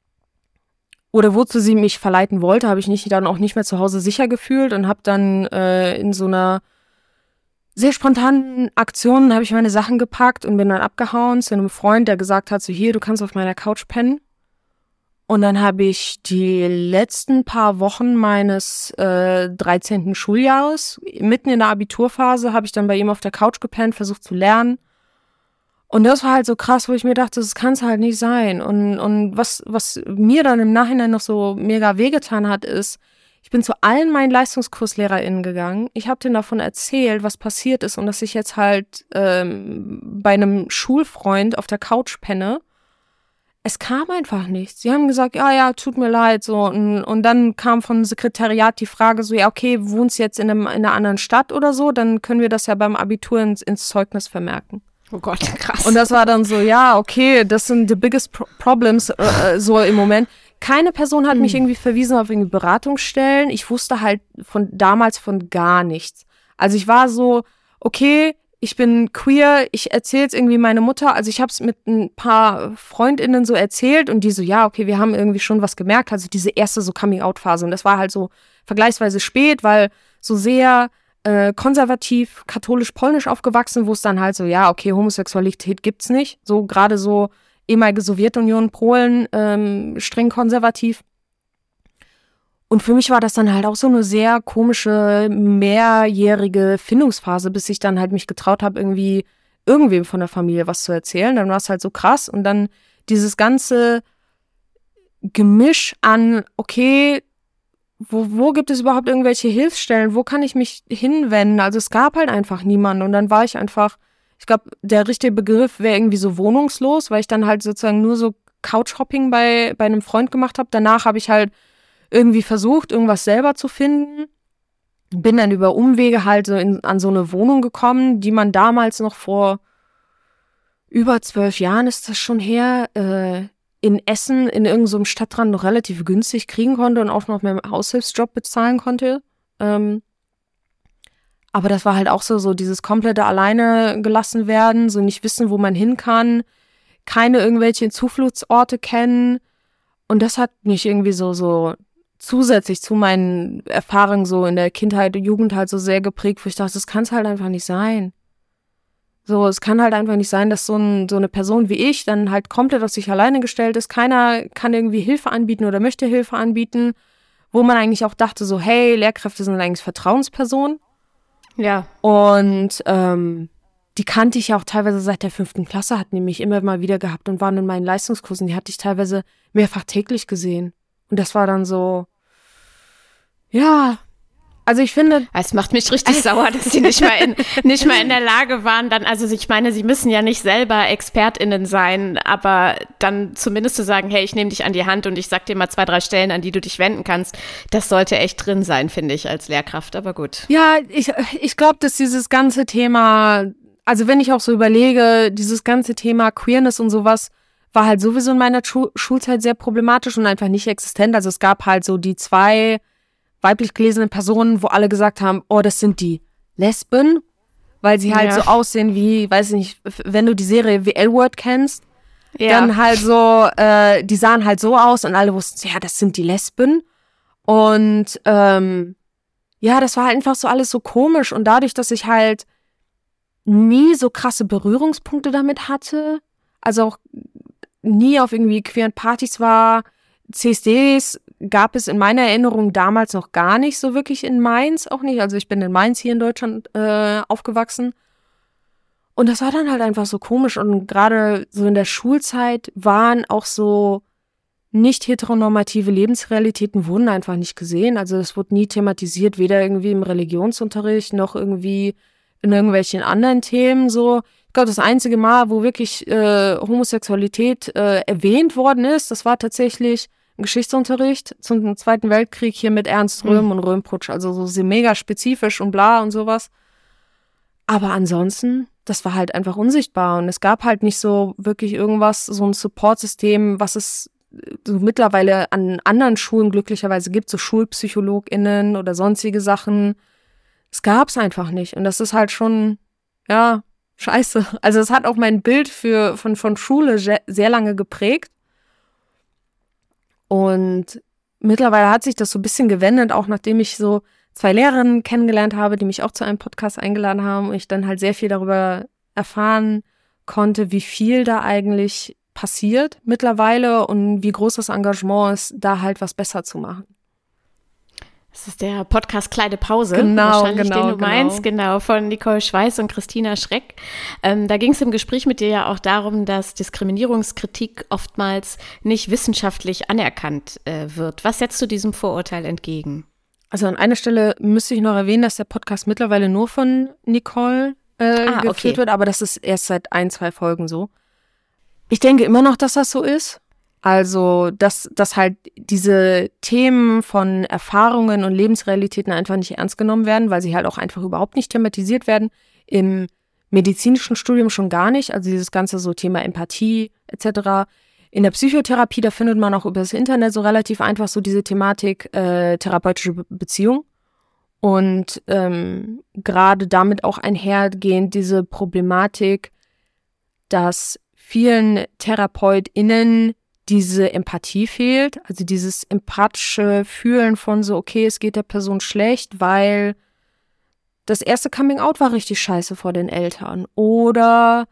Speaker 6: wozu sie mich verleiten wollte, habe ich mich dann auch nicht mehr zu Hause sicher gefühlt und habe dann in so einer sehr spontanen Aktion habe ich meine Sachen gepackt und bin dann abgehauen zu einem Freund, der gesagt hat, so hier, du kannst auf meiner Couch pennen. Und dann habe ich die letzten paar Wochen meines 13. Schuljahres, mitten in der Abiturphase, habe ich dann bei ihm auf der Couch gepennt, versucht zu lernen. Und das war halt so krass, wo ich mir dachte, das kann es halt nicht sein. Und was mir dann im Nachhinein noch so mega wehgetan hat, ist, ich bin zu allen meinen LeistungskurslehrerInnen gegangen. Ich habe denen davon erzählt, was passiert ist und dass ich jetzt halt bei einem Schulfreund auf der Couch penne. Es kam einfach nichts. Sie haben gesagt, ja, tut mir leid, so. Und dann kam vom Sekretariat die Frage so, ja, okay, wohnst jetzt in einer anderen Stadt oder so? Dann können wir das ja beim Abitur ins Zeugnis vermerken.
Speaker 5: Oh Gott, krass.
Speaker 6: Und das war dann so, ja, okay, das sind the biggest problems so im Moment. Keine Person hat mich irgendwie verwiesen auf irgendwie Beratungsstellen. Ich wusste halt damals von gar nichts. Also ich war so, okay, ich bin queer, ich erzähle es irgendwie meiner Mutter. Also ich habe es mit ein paar FreundInnen so erzählt und die so, ja, okay, wir haben irgendwie schon was gemerkt. Also diese erste so Coming-out-Phase. Und das war halt so vergleichsweise spät, weil so sehr konservativ, katholisch-polnisch aufgewachsen, wo es dann halt so, ja, okay, Homosexualität gibt's nicht. So gerade so ehemalige Sowjetunion, Polen, streng konservativ. Und für mich war das dann halt auch so eine sehr komische, mehrjährige Findungsphase, bis ich dann halt mich getraut habe, irgendwie irgendwem von der Familie was zu erzählen. Dann war es halt so krass. Und dann dieses ganze Gemisch an, okay, wo gibt es überhaupt irgendwelche Hilfsstellen? Wo kann ich mich hinwenden? Also es gab halt einfach niemanden. Und dann war ich einfach, ich glaube, der richtige Begriff wäre irgendwie so wohnungslos, weil ich dann halt sozusagen nur so Couchhopping bei einem Freund gemacht habe. Danach habe ich halt irgendwie versucht, irgendwas selber zu finden. Bin dann über Umwege halt so an so eine Wohnung gekommen, die man damals noch vor über 12 Jahren ist das schon her, in Essen in irgendeinem so Stadtrand noch relativ günstig kriegen konnte und auch noch mit einem Aushilfsjob bezahlen konnte. Aber das war halt auch so dieses komplette alleine gelassen werden, so nicht wissen, wo man hin kann, keine irgendwelche Zufluchtsorte kennen. Und das hat mich irgendwie so zusätzlich zu meinen Erfahrungen so in der Kindheit und Jugend halt so sehr geprägt, wo ich dachte, das kann es halt einfach nicht sein. So, es kann halt einfach nicht sein, dass so eine Person wie ich dann halt komplett auf sich alleine gestellt ist. Keiner kann irgendwie Hilfe anbieten oder möchte Hilfe anbieten, wo man eigentlich auch dachte so, hey, Lehrkräfte sind eigentlich Vertrauenspersonen.
Speaker 5: Ja.
Speaker 6: Und die kannte ich ja auch teilweise seit der 5. Klasse, hatten die mich immer mal wieder gehabt und waren in meinen Leistungskursen. Die hatte ich teilweise mehrfach täglich gesehen. Und das war dann so, ja, also ich finde...
Speaker 5: Es macht mich richtig sauer, dass sie nicht mal in der Lage waren, dann, also ich meine, sie müssen ja nicht selber ExpertInnen sein, aber dann zumindest zu sagen, hey, ich nehme dich an die Hand und ich sag dir mal 2, 3 Stellen, an die du dich wenden kannst, das sollte echt drin sein, finde ich, als Lehrkraft, aber gut.
Speaker 6: Ja, ich glaube, dass dieses ganze Thema, also wenn ich auch so überlege, dieses ganze Thema Queerness und sowas, war halt sowieso in meiner Schulzeit sehr problematisch und einfach nicht existent. Also es gab halt so die 2 weiblich gelesenen Personen, wo alle gesagt haben, oh, das sind die Lesben, weil sie halt so aussehen wie, weiß ich nicht, wenn du die Serie The L-Word kennst, dann halt so, die sahen halt so aus und alle wussten, ja, das sind die Lesben. Und ja, das war halt einfach so alles so komisch und dadurch, dass ich halt nie so krasse Berührungspunkte damit hatte, also auch nie auf irgendwie queeren Partys war, CSDs gab es in meiner Erinnerung damals noch gar nicht so wirklich in Mainz, auch nicht. Also ich bin in Mainz hier in Deutschland aufgewachsen. Und das war dann halt einfach so komisch. Und gerade so in der Schulzeit waren auch so nicht heteronormative Lebensrealitäten wurden einfach nicht gesehen. Also es wurde nie thematisiert, weder irgendwie im Religionsunterricht noch irgendwie in irgendwelchen anderen Themen so. Ich glaube, das einzige Mal, wo wirklich Homosexualität erwähnt worden ist, das war tatsächlich im Geschichtsunterricht zum Zweiten Weltkrieg hier mit Ernst Röhm und Röhmputsch. Also so mega spezifisch und bla und sowas. Aber ansonsten, das war halt einfach unsichtbar. Und es gab halt nicht so wirklich irgendwas, so ein Supportsystem, was es so mittlerweile an anderen Schulen glücklicherweise gibt, so SchulpsychologInnen oder sonstige Sachen. Es gab's einfach nicht. Und das ist halt schon, ja, scheiße. Also es hat auch mein Bild von Schule sehr lange geprägt. Und mittlerweile hat sich das so ein bisschen gewendet, auch nachdem ich so 2 Lehrerinnen kennengelernt habe, die mich auch zu einem Podcast eingeladen haben und ich dann halt sehr viel darüber erfahren konnte, wie viel da eigentlich passiert mittlerweile und wie groß das Engagement ist, da halt was besser zu machen.
Speaker 5: Das ist der Podcast Kleine Pause,
Speaker 6: den du
Speaker 5: meinst, genau, von Nicole Schweiß und Christina Schreck. Da ging es im Gespräch mit dir ja auch darum, dass Diskriminierungskritik oftmals nicht wissenschaftlich anerkannt wird. Was setzt du diesem Vorurteil entgegen?
Speaker 6: Also an einer Stelle müsste ich noch erwähnen, dass der Podcast mittlerweile nur von Nicole geführt wird, aber das ist erst seit 1-2 Folgen so. Ich denke immer noch, dass das so ist. Also, dass halt diese Themen von Erfahrungen und Lebensrealitäten einfach nicht ernst genommen werden, weil sie halt auch einfach überhaupt nicht thematisiert werden. Im medizinischen Studium schon gar nicht. Also dieses ganze so Thema Empathie etc. In der Psychotherapie, da findet man auch über das Internet so relativ einfach so diese Thematik therapeutische Beziehung. Und gerade damit auch einhergehend diese Problematik, dass vielen TherapeutInnen diese Empathie fehlt, also dieses empathische Fühlen von so, okay, es geht der Person schlecht, weil das erste Coming-out war richtig scheiße vor den Eltern. Oder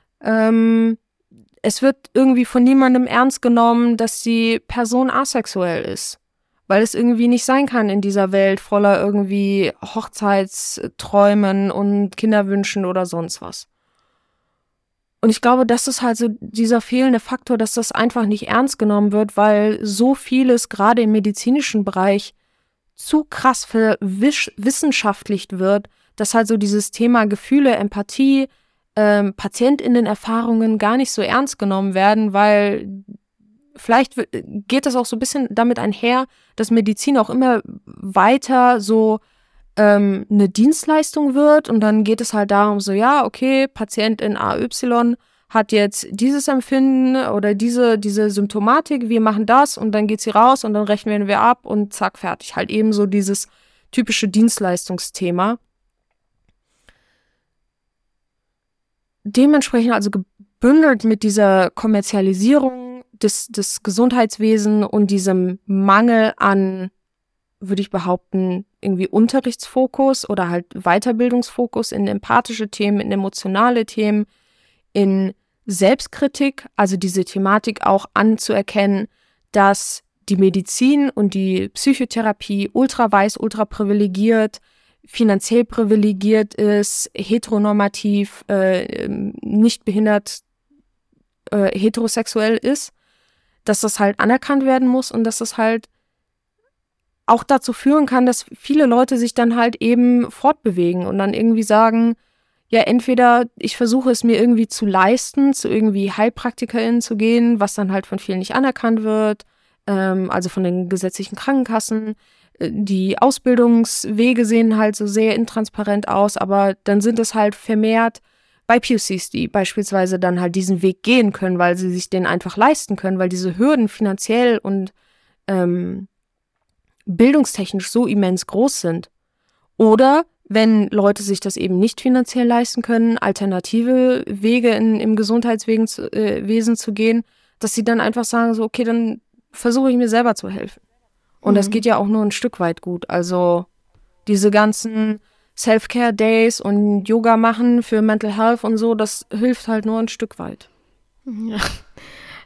Speaker 6: es wird irgendwie von niemandem ernst genommen, dass die Person asexuell ist. Weil es irgendwie nicht sein kann in dieser Welt voller irgendwie Hochzeitsträumen und Kinderwünschen oder sonst was. Und ich glaube, das ist halt so dieser fehlende Faktor, dass das einfach nicht ernst genommen wird, weil so vieles gerade im medizinischen Bereich zu krass verwissenschaftlicht wird, dass halt so dieses Thema Gefühle, Empathie, PatientInnen-Erfahrungen gar nicht so ernst genommen werden, weil vielleicht geht das auch so ein bisschen damit einher, dass Medizin auch immer weiter so eine Dienstleistung wird und dann geht es halt darum so, ja, okay, Patientin AY hat jetzt dieses Empfinden oder diese Symptomatik, wir machen das und dann geht sie raus und dann rechnen wir ab und zack, fertig. Halt eben so dieses typische Dienstleistungsthema. Dementsprechend also gebündelt mit dieser Kommerzialisierung des Gesundheitswesens und diesem Mangel an, würde ich behaupten, irgendwie Unterrichtsfokus oder halt Weiterbildungsfokus in empathische Themen, in emotionale Themen, in Selbstkritik, also diese Thematik auch anzuerkennen, dass die Medizin und die Psychotherapie ultra weiß, ultra privilegiert, finanziell privilegiert ist, heteronormativ, nicht behindert, heterosexuell ist, dass das halt anerkannt werden muss und dass das halt auch dazu führen kann, dass viele Leute sich dann halt eben fortbewegen und dann irgendwie sagen, ja, entweder ich versuche es mir irgendwie zu leisten, zu irgendwie HeilpraktikerInnen zu gehen, was dann halt von vielen nicht anerkannt wird, also von den gesetzlichen Krankenkassen. Die Ausbildungswege sehen halt so sehr intransparent aus, aber dann sind es halt vermehrt BIPOCs, die beispielsweise dann halt diesen Weg gehen können, weil sie sich den einfach leisten können, weil diese Hürden finanziell und bildungstechnisch so immens groß sind. Oder wenn Leute sich das eben nicht finanziell leisten können, alternative Wege im Gesundheitswesen zu gehen, dass sie dann einfach sagen, so okay, dann versuche ich mir selber zu helfen. Und das geht ja auch nur ein Stück weit gut. Also diese ganzen Self-Care-Days und Yoga machen für Mental Health und so, das hilft halt nur ein Stück weit.
Speaker 5: Ja.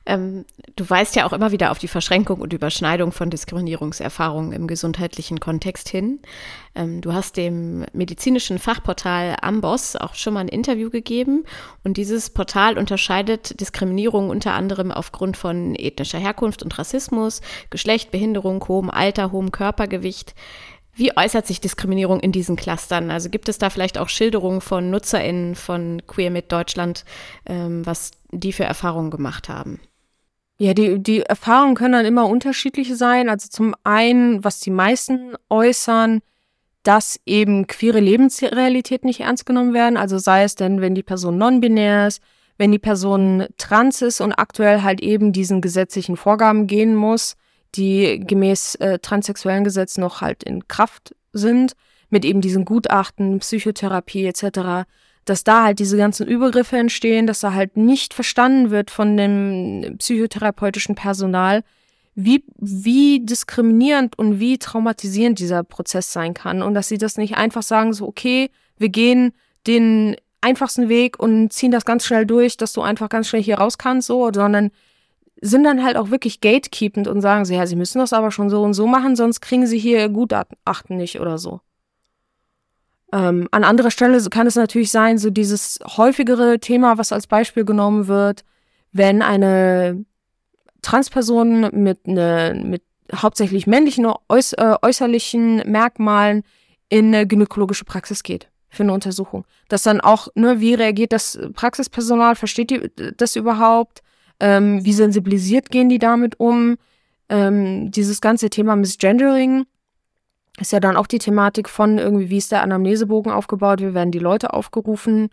Speaker 5: Du weist ja auch immer wieder auf die Verschränkung und Überschneidung von Diskriminierungserfahrungen im gesundheitlichen Kontext hin. Du hast dem medizinischen Fachportal Amboss auch schon mal ein Interview gegeben und dieses Portal unterscheidet Diskriminierung unter anderem aufgrund von ethnischer Herkunft und Rassismus, Geschlecht, Behinderung, hohem Alter, hohem Körpergewicht. Wie äußert sich Diskriminierung in diesen Clustern? Also gibt es da vielleicht auch Schilderungen von NutzerInnen von QueerMed Deutschland, was die für Erfahrungen gemacht haben?
Speaker 6: Ja, die Erfahrungen können dann immer unterschiedliche sein. Also zum einen, was die meisten äußern, dass eben queere Lebensrealität nicht ernst genommen werden. Also sei es denn, wenn die Person non-binär ist, wenn die Person trans ist und aktuell halt eben diesen gesetzlichen Vorgaben gehen muss, die gemäß transsexuellen Gesetz noch halt in Kraft sind, mit eben diesen Gutachten, Psychotherapie etc., dass da halt diese ganzen Übergriffe entstehen, dass da halt nicht verstanden wird von dem psychotherapeutischen Personal, wie diskriminierend und wie traumatisierend dieser Prozess sein kann und dass sie das nicht einfach sagen, so okay, wir gehen den einfachsten Weg und ziehen das ganz schnell durch, dass du einfach ganz schnell hier raus kannst, so, sondern sind dann halt auch wirklich gatekeepend und sagen so, ja, sie müssen das aber schon so und so machen, sonst kriegen sie hier ihr Gutachten nicht oder so. An anderer Stelle kann es natürlich sein, so dieses häufigere Thema, was als Beispiel genommen wird, wenn eine Transperson mit hauptsächlich männlichen äußerlichen Merkmalen in eine gynäkologische Praxis geht für eine Untersuchung. Dass dann auch, wie reagiert das Praxispersonal, versteht die das überhaupt? Wie sensibilisiert gehen die damit um? Dieses ganze Thema Misgendering ist ja dann auch die Thematik von irgendwie, wie ist der Anamnesebogen aufgebaut, wie werden die Leute aufgerufen.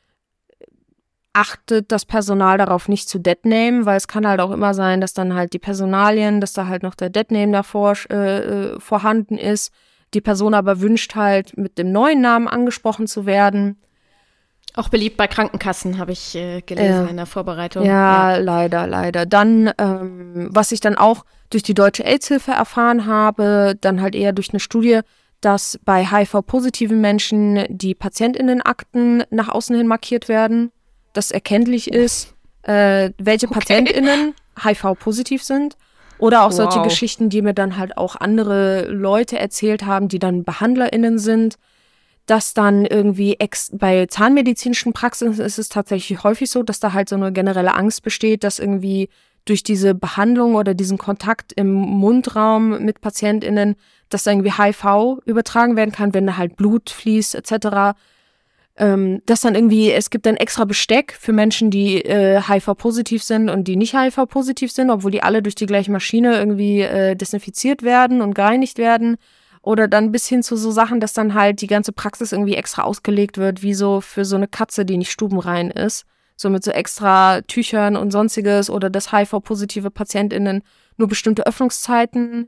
Speaker 6: Achtet das Personal darauf nicht zu deadnamen, weil es kann halt auch immer sein, dass dann halt die Personalien, dass da halt noch der Deadname davor vorhanden ist, die Person aber wünscht halt mit dem neuen Namen angesprochen zu werden.
Speaker 5: Auch beliebt bei Krankenkassen, habe ich gelesen in der Vorbereitung.
Speaker 6: Ja, leider. Dann, was ich dann auch durch die Deutsche AIDS-Hilfe erfahren habe, dann halt eher durch eine Studie, dass bei HIV-positiven Menschen die PatientInnenakten nach außen hin markiert werden, dass erkenntlich ist, welche PatientInnen HIV-positiv sind. Oder auch solche Geschichten, die mir dann halt auch andere Leute erzählt haben, die dann BehandlerInnen sind, dass dann irgendwie bei zahnmedizinischen Praxen ist es tatsächlich häufig so, dass da halt so eine generelle Angst besteht, dass irgendwie durch diese Behandlung oder diesen Kontakt im Mundraum mit PatientInnen, dass da irgendwie HIV übertragen werden kann, wenn da halt Blut fließt etc. Dass dann irgendwie, es gibt dann extra Besteck für Menschen, die HIV-positiv sind und die nicht HIV-positiv sind, obwohl die alle durch die gleiche Maschine irgendwie desinfiziert werden und gereinigt werden. Oder dann bis hin zu so Sachen, dass dann halt die ganze Praxis irgendwie extra ausgelegt wird, wie so für so eine Katze, die nicht stubenrein ist. So mit so extra Tüchern und sonstiges. Oder dass HIV-positive PatientInnen nur bestimmte Öffnungszeiten,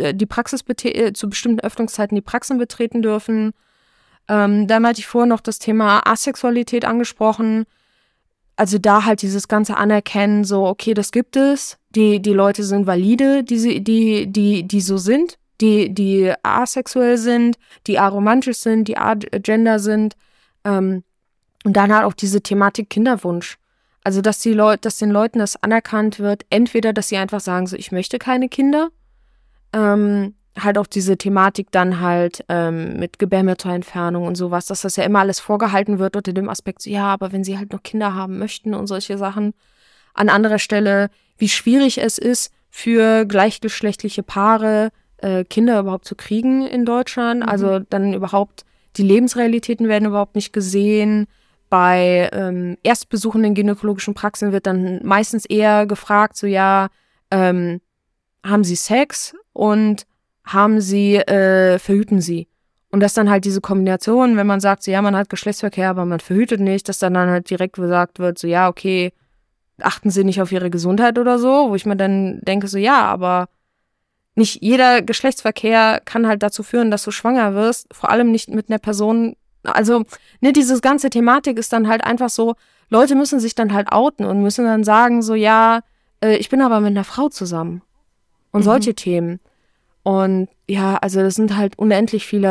Speaker 6: zu bestimmten Öffnungszeiten die Praxen betreten dürfen. Dann hatte ich vorher noch das Thema Asexualität angesprochen. Also da halt dieses ganze Anerkennen, so okay, das gibt es. Die Leute sind valide, die so sind. Die asexuell sind, die aromantisch sind, die agender sind. Und dann halt auch diese Thematik Kinderwunsch. Also, dass den Leuten das anerkannt wird, entweder, dass sie einfach sagen, so, ich möchte keine Kinder. Halt auch diese Thematik dann halt mit Gebärmutterentfernung und sowas, dass das ja immer alles vorgehalten wird unter dem Aspekt, so, ja, aber wenn sie halt noch Kinder haben möchten und solche Sachen. An anderer Stelle, wie schwierig es ist, für gleichgeschlechtliche Paare Kinder überhaupt zu kriegen in Deutschland. Mhm. Also dann überhaupt, die Lebensrealitäten werden überhaupt nicht gesehen. Bei Erstbesuchen in gynäkologischen Praxen wird dann meistens eher gefragt, so ja, haben Sie Sex und verhüten Sie? Und das dann halt diese Kombination, wenn man sagt, so ja, man hat Geschlechtsverkehr, aber man verhütet nicht, dass dann halt direkt gesagt wird, so ja, okay, achten Sie nicht auf Ihre Gesundheit oder so, wo ich mir dann denke, so ja, aber nicht jeder Geschlechtsverkehr kann halt dazu führen, dass du schwanger wirst, vor allem nicht mit einer Person, also diese ganze Thematik ist dann halt einfach so, Leute müssen sich dann halt outen und müssen dann sagen so, ja, ich bin aber mit einer Frau zusammen und solche Themen. Und ja, also das sind halt unendlich viele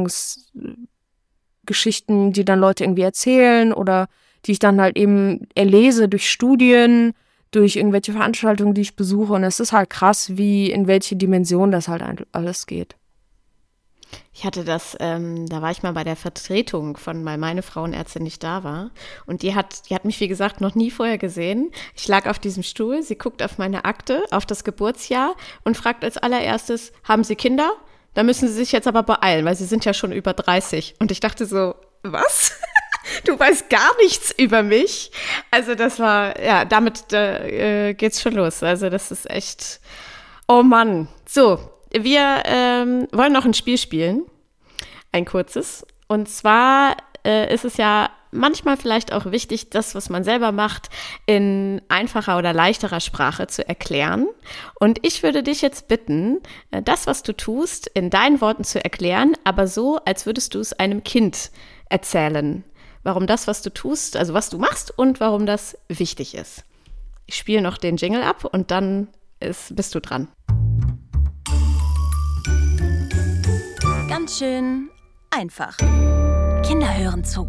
Speaker 6: Erfahrungsgeschichten, die dann Leute irgendwie erzählen oder die ich dann halt eben erlese durch Studien, durch irgendwelche Veranstaltungen, die ich besuche. Und es ist halt krass, wie in welche Dimension das halt alles geht.
Speaker 5: Ich hatte das, da war ich mal bei der Vertretung weil meine Frauenärztin nicht da war. Und die hat mich, wie gesagt, noch nie vorher gesehen. Ich lag auf diesem Stuhl, sie guckt auf meine Akte, auf das Geburtsjahr und fragt als allererstes, haben Sie Kinder? Da müssen Sie sich jetzt aber beeilen, weil Sie sind ja schon über 30. Und ich dachte so, was? Du weißt gar nichts über mich. Also das war, ja, damit geht's schon los. Also das ist echt, oh Mann. So, wir wollen noch ein Spiel spielen, ein kurzes. Und zwar ist es ja manchmal vielleicht auch wichtig, das, was man selber macht, in einfacher oder leichterer Sprache zu erklären. Und ich würde dich jetzt bitten, das, was du tust, in deinen Worten zu erklären, aber so, als würdest du es einem Kind erzählen. Warum das, was du tust, also was du machst und warum das wichtig ist. Ich spiele noch den Jingle ab und dann bist du dran.
Speaker 4: Ganz schön einfach. Kinder hören zu.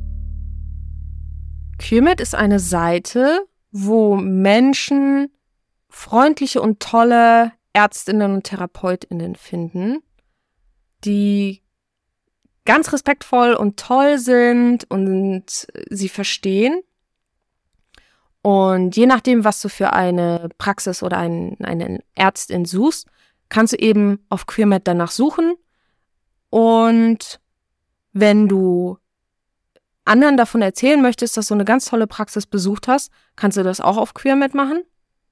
Speaker 6: QueerMed ist eine Seite, wo Menschen freundliche und tolle Ärztinnen und Therapeutinnen finden, die ganz respektvoll und toll sind und sie verstehen. Und je nachdem, was du für eine Praxis oder eine Ärztin suchst, kannst du eben auf QueerMed danach suchen. Und wenn du anderen davon erzählen möchtest, dass du eine ganz tolle Praxis besucht hast, kannst du das auch auf QueerMed machen.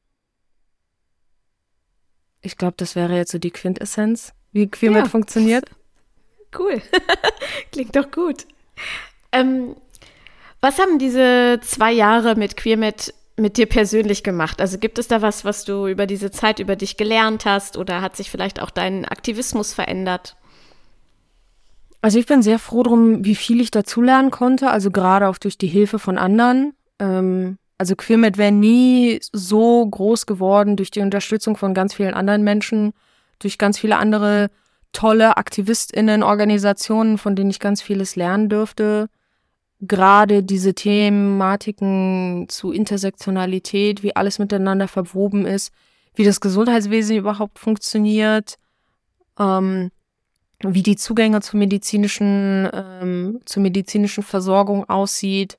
Speaker 6: Ich glaube, das wäre jetzt so die Quintessenz, wie QueerMed funktioniert.
Speaker 5: Cool. Klingt doch gut. Was haben diese 2 Jahre mit QueerMed mit dir persönlich gemacht? Also gibt es da was du über diese Zeit über dich gelernt hast oder hat sich vielleicht auch dein Aktivismus verändert?
Speaker 6: Also ich bin sehr froh drum, wie viel ich dazulernen konnte, also gerade auch durch die Hilfe von anderen. Also QueerMed wäre nie so groß geworden durch die Unterstützung von ganz vielen anderen Menschen, durch ganz viele andere tolle AktivistInnen, Organisationen, von denen ich ganz vieles lernen dürfte. Gerade diese Thematiken zu Intersektionalität, wie alles miteinander verwoben ist, wie das Gesundheitswesen überhaupt funktioniert, wie die Zugänge zur medizinischen Versorgung aussieht.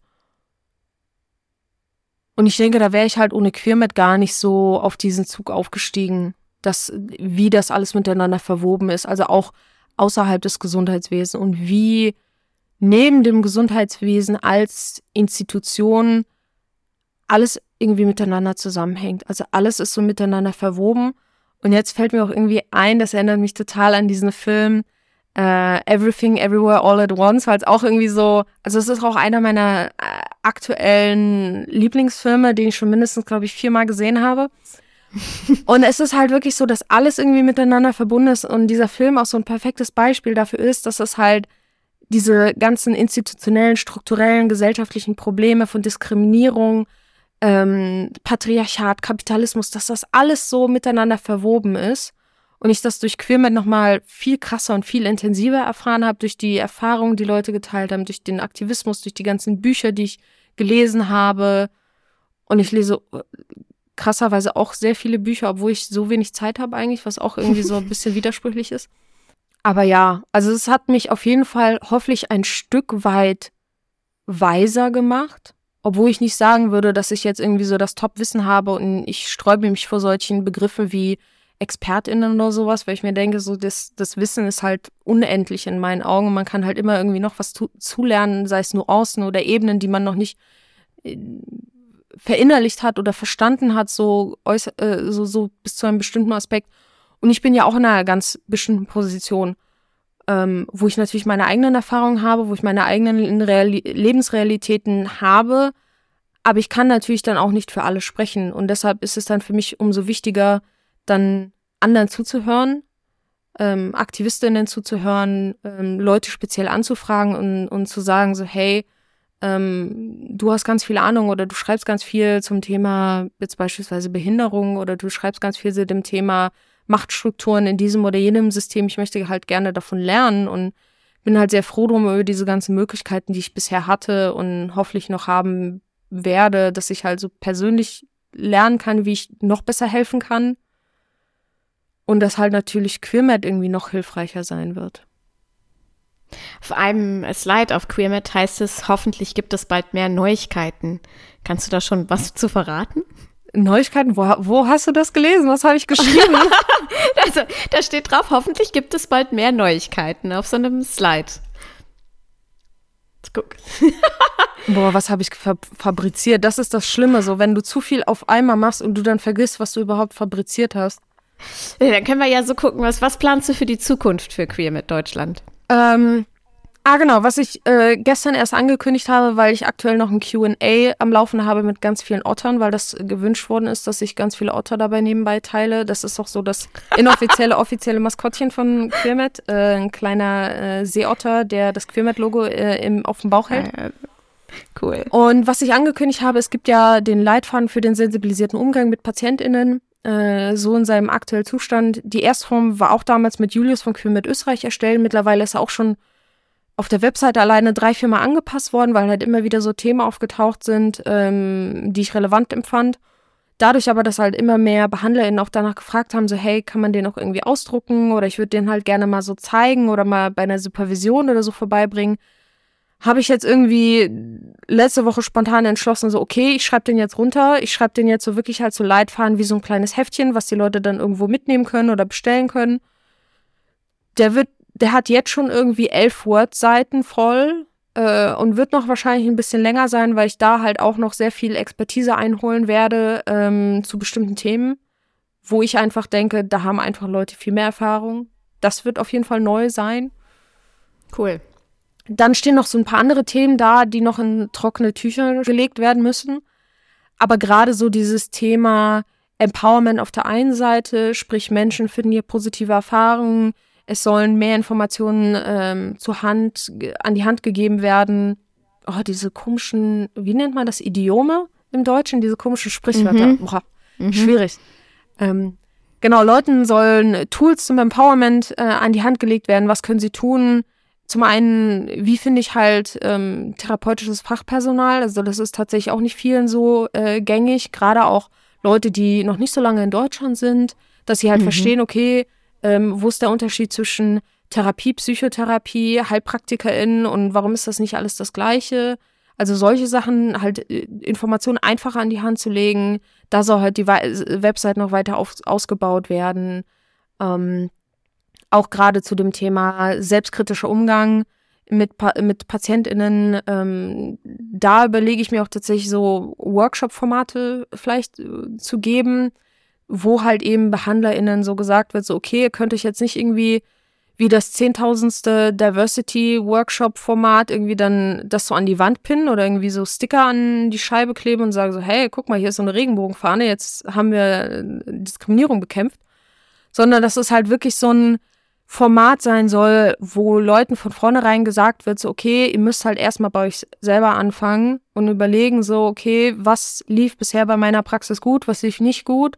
Speaker 6: Und ich denke, da wäre ich halt ohne QueerMed gar nicht so auf diesen Zug aufgestiegen, wie das alles miteinander verwoben ist, also auch außerhalb des Gesundheitswesens und wie neben dem Gesundheitswesen als Institution alles irgendwie miteinander zusammenhängt. Also alles ist so miteinander verwoben. Und jetzt fällt mir auch irgendwie ein, das erinnert mich total an diesen Film Everything, Everywhere, All at Once, weil es auch irgendwie so, also es ist auch einer meiner aktuellen Lieblingsfilme, den ich schon mindestens, glaube ich, 4-mal gesehen habe. Und es ist halt wirklich so, dass alles irgendwie miteinander verbunden ist und dieser Film auch so ein perfektes Beispiel dafür ist, dass es halt diese ganzen institutionellen, strukturellen, gesellschaftlichen Probleme von Diskriminierung, Patriarchat, Kapitalismus, dass das alles so miteinander verwoben ist und ich das durch QueerMed nochmal viel krasser und viel intensiver erfahren habe, durch die Erfahrungen, die Leute geteilt haben, durch den Aktivismus, durch die ganzen Bücher, die ich gelesen habe. Und ich lese krasserweise auch sehr viele Bücher, obwohl ich so wenig Zeit habe eigentlich, was auch irgendwie so ein bisschen widersprüchlich ist. Aber ja, also es hat mich auf jeden Fall hoffentlich ein Stück weit weiser gemacht, obwohl ich nicht sagen würde, dass ich jetzt irgendwie so das Top-Wissen habe und ich sträube mich vor solchen Begriffen wie ExpertInnen oder sowas, weil ich mir denke, so das Wissen ist halt unendlich in meinen Augen und man kann halt immer irgendwie noch was zulernen, sei es Nuancen oder Ebenen, die man noch nicht verinnerlicht hat oder verstanden hat, so bis zu einem bestimmten Aspekt. Und ich bin ja auch in einer ganz bestimmten Position, wo ich natürlich meine eigenen Erfahrungen habe, wo ich meine eigenen Lebensrealitäten habe, aber ich kann natürlich dann auch nicht für alle sprechen. Und deshalb ist es dann für mich umso wichtiger, dann anderen zuzuhören, AktivistInnen zuzuhören, Leute speziell anzufragen und zu sagen so, hey, du hast ganz viel Ahnung oder du schreibst ganz viel zum Thema jetzt beispielsweise Behinderung oder du schreibst ganz viel zu dem Thema Machtstrukturen in diesem oder jenem System. Ich möchte halt gerne davon lernen und bin halt sehr froh drum über diese ganzen Möglichkeiten, die ich bisher hatte und hoffentlich noch haben werde, dass ich halt so persönlich lernen kann, wie ich noch besser helfen kann. Und dass halt natürlich QueerMed irgendwie noch hilfreicher sein wird.
Speaker 5: Auf einem Slide auf QueerMed heißt es, hoffentlich gibt es bald mehr Neuigkeiten. Kannst du da schon was zu verraten?
Speaker 6: Neuigkeiten? Wo hast du das gelesen? Was habe ich geschrieben?
Speaker 5: Also, da steht drauf, hoffentlich gibt es bald mehr Neuigkeiten auf so einem Slide. Jetzt guck.
Speaker 6: Boah, was habe ich fabriziert? Das ist das Schlimme, so wenn du zu viel auf einmal machst und du dann vergisst, was du überhaupt fabriziert hast.
Speaker 5: Ja, dann können wir ja so gucken, was planst du für die Zukunft für QueerMed Deutschland?
Speaker 6: Genau, was ich gestern erst angekündigt habe, weil ich aktuell noch ein Q&A am Laufen habe mit ganz vielen Ottern, weil das gewünscht worden ist, dass ich ganz viele Otter dabei nebenbei teile. Das ist auch so das offizielle Maskottchen von QueerMed. Ein kleiner Seeotter, der das QueerMed-Logo auf dem Bauch hält.
Speaker 5: Cool.
Speaker 6: Und was ich angekündigt habe, es gibt ja den Leitfaden für den sensibilisierten Umgang mit PatientInnen, so in seinem aktuellen Zustand. Die Erstform war auch damals mit Julius von QueerMed Österreich erstellt. Mittlerweile ist er auch schon auf der Webseite alleine 3-4 Mal angepasst worden, weil halt immer wieder so Themen aufgetaucht sind, die ich relevant empfand. Dadurch aber, dass halt immer mehr BehandlerInnen auch danach gefragt haben, so hey, kann man den auch irgendwie ausdrucken oder ich würde den halt gerne mal so zeigen oder mal bei einer Supervision oder so vorbeibringen, habe ich jetzt irgendwie letzte Woche spontan entschlossen, so okay, ich schreibe den jetzt runter, ich schreibe den jetzt so wirklich halt so Leitfaden wie so ein kleines Heftchen, was die Leute dann irgendwo mitnehmen können oder bestellen können. Der hat jetzt schon irgendwie 11 Word-Seiten voll und wird noch wahrscheinlich ein bisschen länger sein, weil ich da halt auch noch sehr viel Expertise einholen werde zu bestimmten Themen, wo ich einfach denke, da haben einfach Leute viel mehr Erfahrung. Das wird auf jeden Fall neu sein.
Speaker 5: Cool.
Speaker 6: Dann stehen noch so ein paar andere Themen da, die noch in trockene Tücher gelegt werden müssen. Aber gerade so dieses Thema Empowerment auf der einen Seite, sprich Menschen finden hier positive Erfahrungen, es sollen mehr Informationen an die Hand gegeben werden. Oh, diese komischen, wie nennt man das, Idiome im Deutschen? Diese komischen Sprichwörter. Schwierig. Genau, Leuten sollen Tools zum Empowerment an die Hand gelegt werden. Was können sie tun? Zum einen, wie finde ich halt therapeutisches Fachpersonal? Also das ist tatsächlich auch nicht vielen so gängig. Gerade auch Leute, die noch nicht so lange in Deutschland sind, dass sie halt verstehen, okay, wo ist der Unterschied zwischen Therapie, Psychotherapie, HeilpraktikerInnen und warum ist das nicht alles das Gleiche? Also solche Sachen, halt Informationen einfacher an die Hand zu legen, da soll halt die Website noch weiter ausgebaut werden. Auch gerade zu dem Thema selbstkritischer Umgang mit PatientInnen, da überlege ich mir auch tatsächlich so Workshop-Formate vielleicht zu geben, wo halt eben BehandlerInnen so gesagt wird, so okay, ihr könnt euch jetzt nicht irgendwie wie das 10.000. Diversity-Workshop-Format irgendwie dann das so an die Wand pinnen oder irgendwie so Sticker an die Scheibe kleben und sagen so, hey, guck mal, hier ist so eine Regenbogenfahne, jetzt haben wir Diskriminierung bekämpft. Sondern dass es halt wirklich so ein Format sein soll, wo Leuten von vornherein gesagt wird, so okay, ihr müsst halt erstmal bei euch selber anfangen und überlegen so, okay, was lief bisher bei meiner Praxis gut, was lief nicht gut,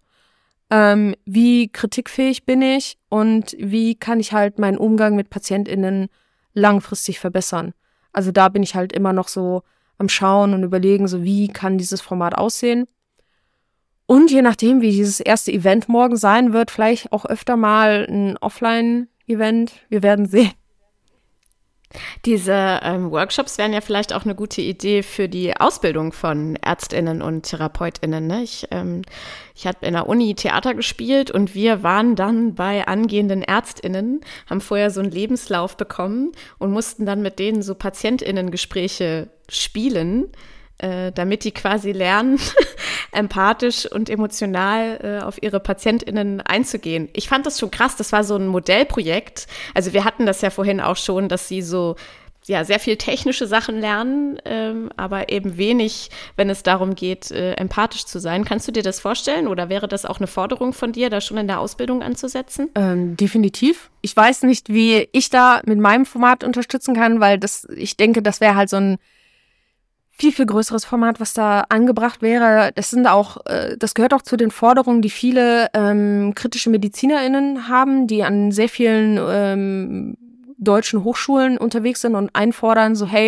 Speaker 6: wie kritikfähig bin ich und wie kann ich halt meinen Umgang mit PatientInnen langfristig verbessern. Also da bin ich halt immer noch so am Schauen und überlegen, so wie kann dieses Format aussehen. Und je nachdem, wie dieses erste Event morgen sein wird, vielleicht auch öfter mal ein Offline-Event. Wir werden sehen.
Speaker 5: Diese Workshops wären ja vielleicht auch eine gute Idee für die Ausbildung von ÄrztInnen und TherapeutInnen. Ne? Ich habe in der Uni Theater gespielt und wir waren dann bei angehenden ÄrztInnen, haben vorher so einen Lebenslauf bekommen und mussten dann mit denen so PatientInnen-Gespräche spielen, damit die quasi lernen, empathisch und emotional auf ihre PatientInnen einzugehen. Ich fand das schon krass, das war so ein Modellprojekt. Also wir hatten das ja vorhin auch schon, dass sie so sehr viel technische Sachen lernen, aber eben wenig, wenn es darum geht, empathisch zu sein. Kannst du dir das vorstellen oder wäre das auch eine Forderung von dir, da schon in der Ausbildung anzusetzen?
Speaker 6: Definitiv. Ich weiß nicht, wie ich da mit meinem Format unterstützen kann, weil ich denke, das wäre halt so ein viel, viel größeres Format, was da angebracht wäre. Das gehört auch zu den Forderungen, die viele kritische MedizinerInnen haben, die an sehr vielen deutschen Hochschulen unterwegs sind und einfordern, so hey,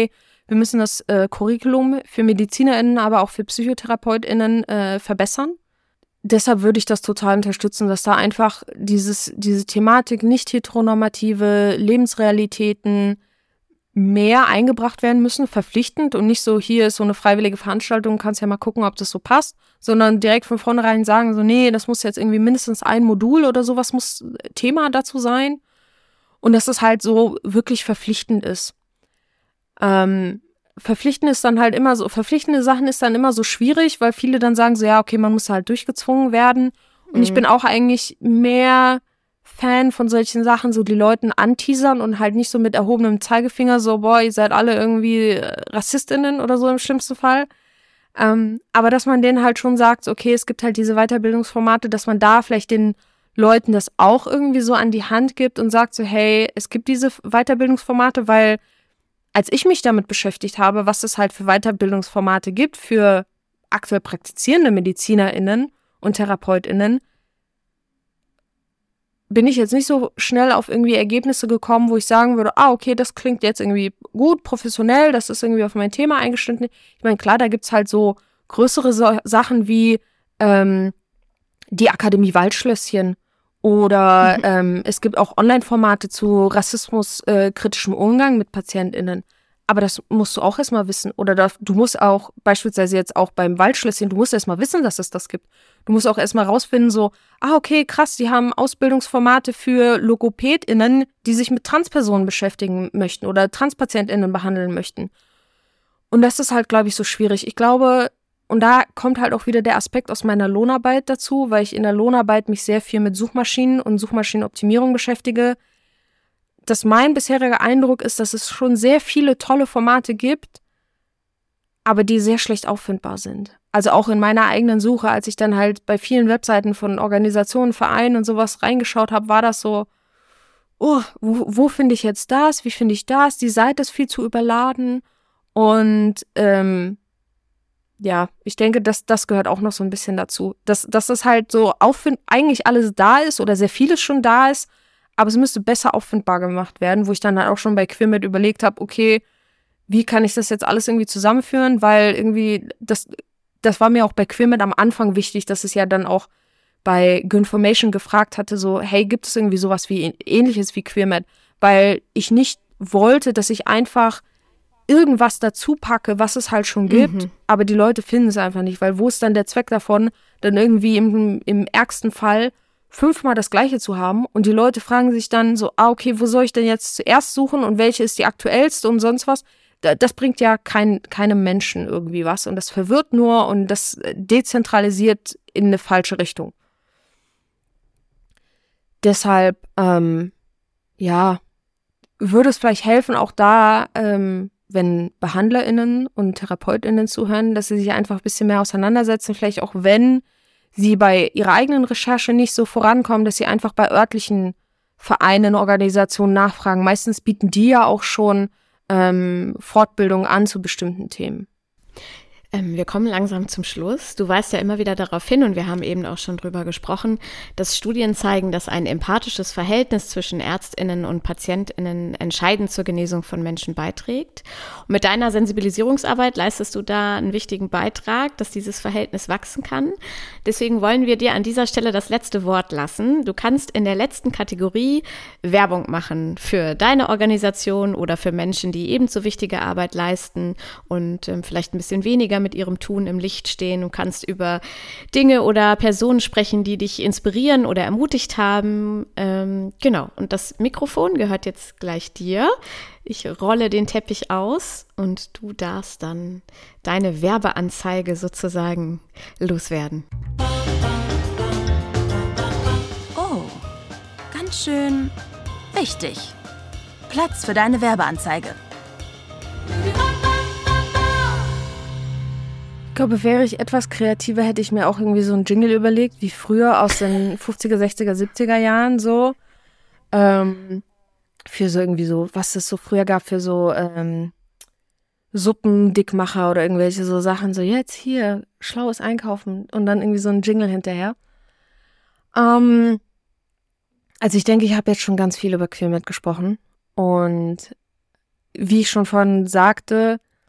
Speaker 6: wir müssen das Curriculum für MedizinerInnen, aber auch für PsychotherapeutInnen verbessern. Deshalb würde ich das total unterstützen, dass da einfach diese Thematik nicht heteronormative Lebensrealitäten mehr eingebracht werden müssen, verpflichtend und nicht so, hier ist so eine freiwillige Veranstaltung, kannst ja mal gucken, ob das so passt, sondern direkt von vornherein sagen, so nee, das muss jetzt irgendwie mindestens ein Modul oder sowas muss Thema dazu sein und dass es halt so wirklich verpflichtend ist. Verpflichtende Sachen ist dann immer so schwierig, weil viele dann sagen so, ja, okay, man muss halt durchgezwungen werden. Und ich bin auch eigentlich mehr Fan von solchen Sachen, so die Leuten anteasern und halt nicht so mit erhobenem Zeigefinger so, boah, ihr seid alle irgendwie RassistInnen oder so im schlimmsten Fall. Aber dass man denen halt schon sagt, okay, es gibt halt diese Weiterbildungsformate, dass man da vielleicht den Leuten das auch irgendwie so an die Hand gibt und sagt so, hey, es gibt diese Weiterbildungsformate, weil als ich mich damit beschäftigt habe, was es halt für Weiterbildungsformate gibt für aktuell praktizierende MedizinerInnen und TherapeutInnen, bin ich jetzt nicht so schnell auf irgendwie Ergebnisse gekommen, wo ich sagen würde, okay, das klingt jetzt irgendwie gut, professionell, das ist irgendwie auf mein Thema eingeschnitten. Ich meine, klar, da gibt's halt so größere Sachen wie die Akademie Waldschlösschen oder es gibt auch Online-Formate zu rassismuskritischem Umgang mit PatientInnen. Aber das musst du auch erstmal wissen. Oder du musst auch, beispielsweise jetzt auch beim Waldschlösschen, du musst erstmal wissen, dass es das gibt. Du musst auch erstmal rausfinden, so, okay, krass, die haben Ausbildungsformate für LogopädInnen, die sich mit Transpersonen beschäftigen möchten oder TranspatientInnen behandeln möchten. Und das ist halt, glaube ich, so schwierig. Ich glaube, und da kommt halt auch wieder der Aspekt aus meiner Lohnarbeit dazu, weil ich in der Lohnarbeit mich sehr viel mit Suchmaschinen und Suchmaschinenoptimierung beschäftige, dass mein bisheriger Eindruck ist, dass es schon sehr viele tolle Formate gibt, aber die sehr schlecht auffindbar sind. Also auch in meiner eigenen Suche, als ich dann halt bei vielen Webseiten von Organisationen, Vereinen und sowas reingeschaut habe, war das so, wo finde ich jetzt das? Wie finde ich das? Die Seite ist viel zu überladen. Und ja, ich denke, das gehört auch noch so ein bisschen dazu. Dass das halt so eigentlich alles da ist oder sehr vieles schon da ist, aber es müsste besser auffindbar gemacht werden, wo ich dann halt auch schon bei Queermed überlegt habe, okay, wie kann ich das jetzt alles irgendwie zusammenführen, weil irgendwie das war mir auch bei Queermed am Anfang wichtig, dass es ja dann auch bei Gunformation gefragt hatte, so, hey, gibt es irgendwie sowas wie Ähnliches wie Queermed? Weil ich nicht wollte, dass ich einfach irgendwas dazu packe, was es halt schon gibt, aber die Leute finden es einfach nicht, weil wo ist dann der Zweck davon, dann irgendwie im ärgsten Fall 5-mal das Gleiche zu haben und die Leute fragen sich dann so, okay, wo soll ich denn jetzt zuerst suchen und welche ist die aktuellste und sonst was? Das bringt ja keinem Menschen irgendwie was und das verwirrt nur und das dezentralisiert in eine falsche Richtung. Deshalb, ja, würde es vielleicht helfen, auch da, wenn BehandlerInnen und TherapeutInnen zuhören, dass sie sich einfach ein bisschen mehr auseinandersetzen, vielleicht auch wenn sie bei ihrer eigenen Recherche nicht so vorankommen, dass sie einfach bei örtlichen Vereinen, Organisationen nachfragen. Meistens bieten die ja auch schon Fortbildungen an zu bestimmten Themen.
Speaker 5: Wir kommen langsam zum Schluss. Du weist ja immer wieder darauf hin, und wir haben eben auch schon drüber gesprochen, dass Studien zeigen, dass ein empathisches Verhältnis zwischen ÄrztInnen und PatientInnen entscheidend zur Genesung von Menschen beiträgt. Und mit deiner Sensibilisierungsarbeit leistest du da einen wichtigen Beitrag, dass dieses Verhältnis wachsen kann. Deswegen wollen wir dir an dieser Stelle das letzte Wort lassen. Du kannst in der letzten Kategorie Werbung machen für deine Organisation oder für Menschen, die ebenso wichtige Arbeit leisten und vielleicht ein bisschen weniger mit ihrem Tun im Licht stehen. Du kannst über Dinge oder Personen sprechen, die dich inspirieren oder ermutigt haben. Genau, und das Mikrofon gehört jetzt gleich dir. Ich rolle den Teppich aus und du darfst dann deine Werbeanzeige sozusagen loswerden.
Speaker 4: Oh, ganz schön wichtig. Platz für deine Werbeanzeige.
Speaker 6: Ich glaube, wäre ich etwas kreativer, hätte ich mir auch irgendwie so einen Jingle überlegt, wie früher aus den 50er, 60er, 70er Jahren so. Für so irgendwie so, was es so früher gab für so Suppendickmacher oder irgendwelche so Sachen. So jetzt hier, schlaues Einkaufen und dann irgendwie so ein Jingle hinterher. Also ich denke, ich habe jetzt schon ganz viel über Queermed gesprochen. Und wie ich schon vorhin sagte,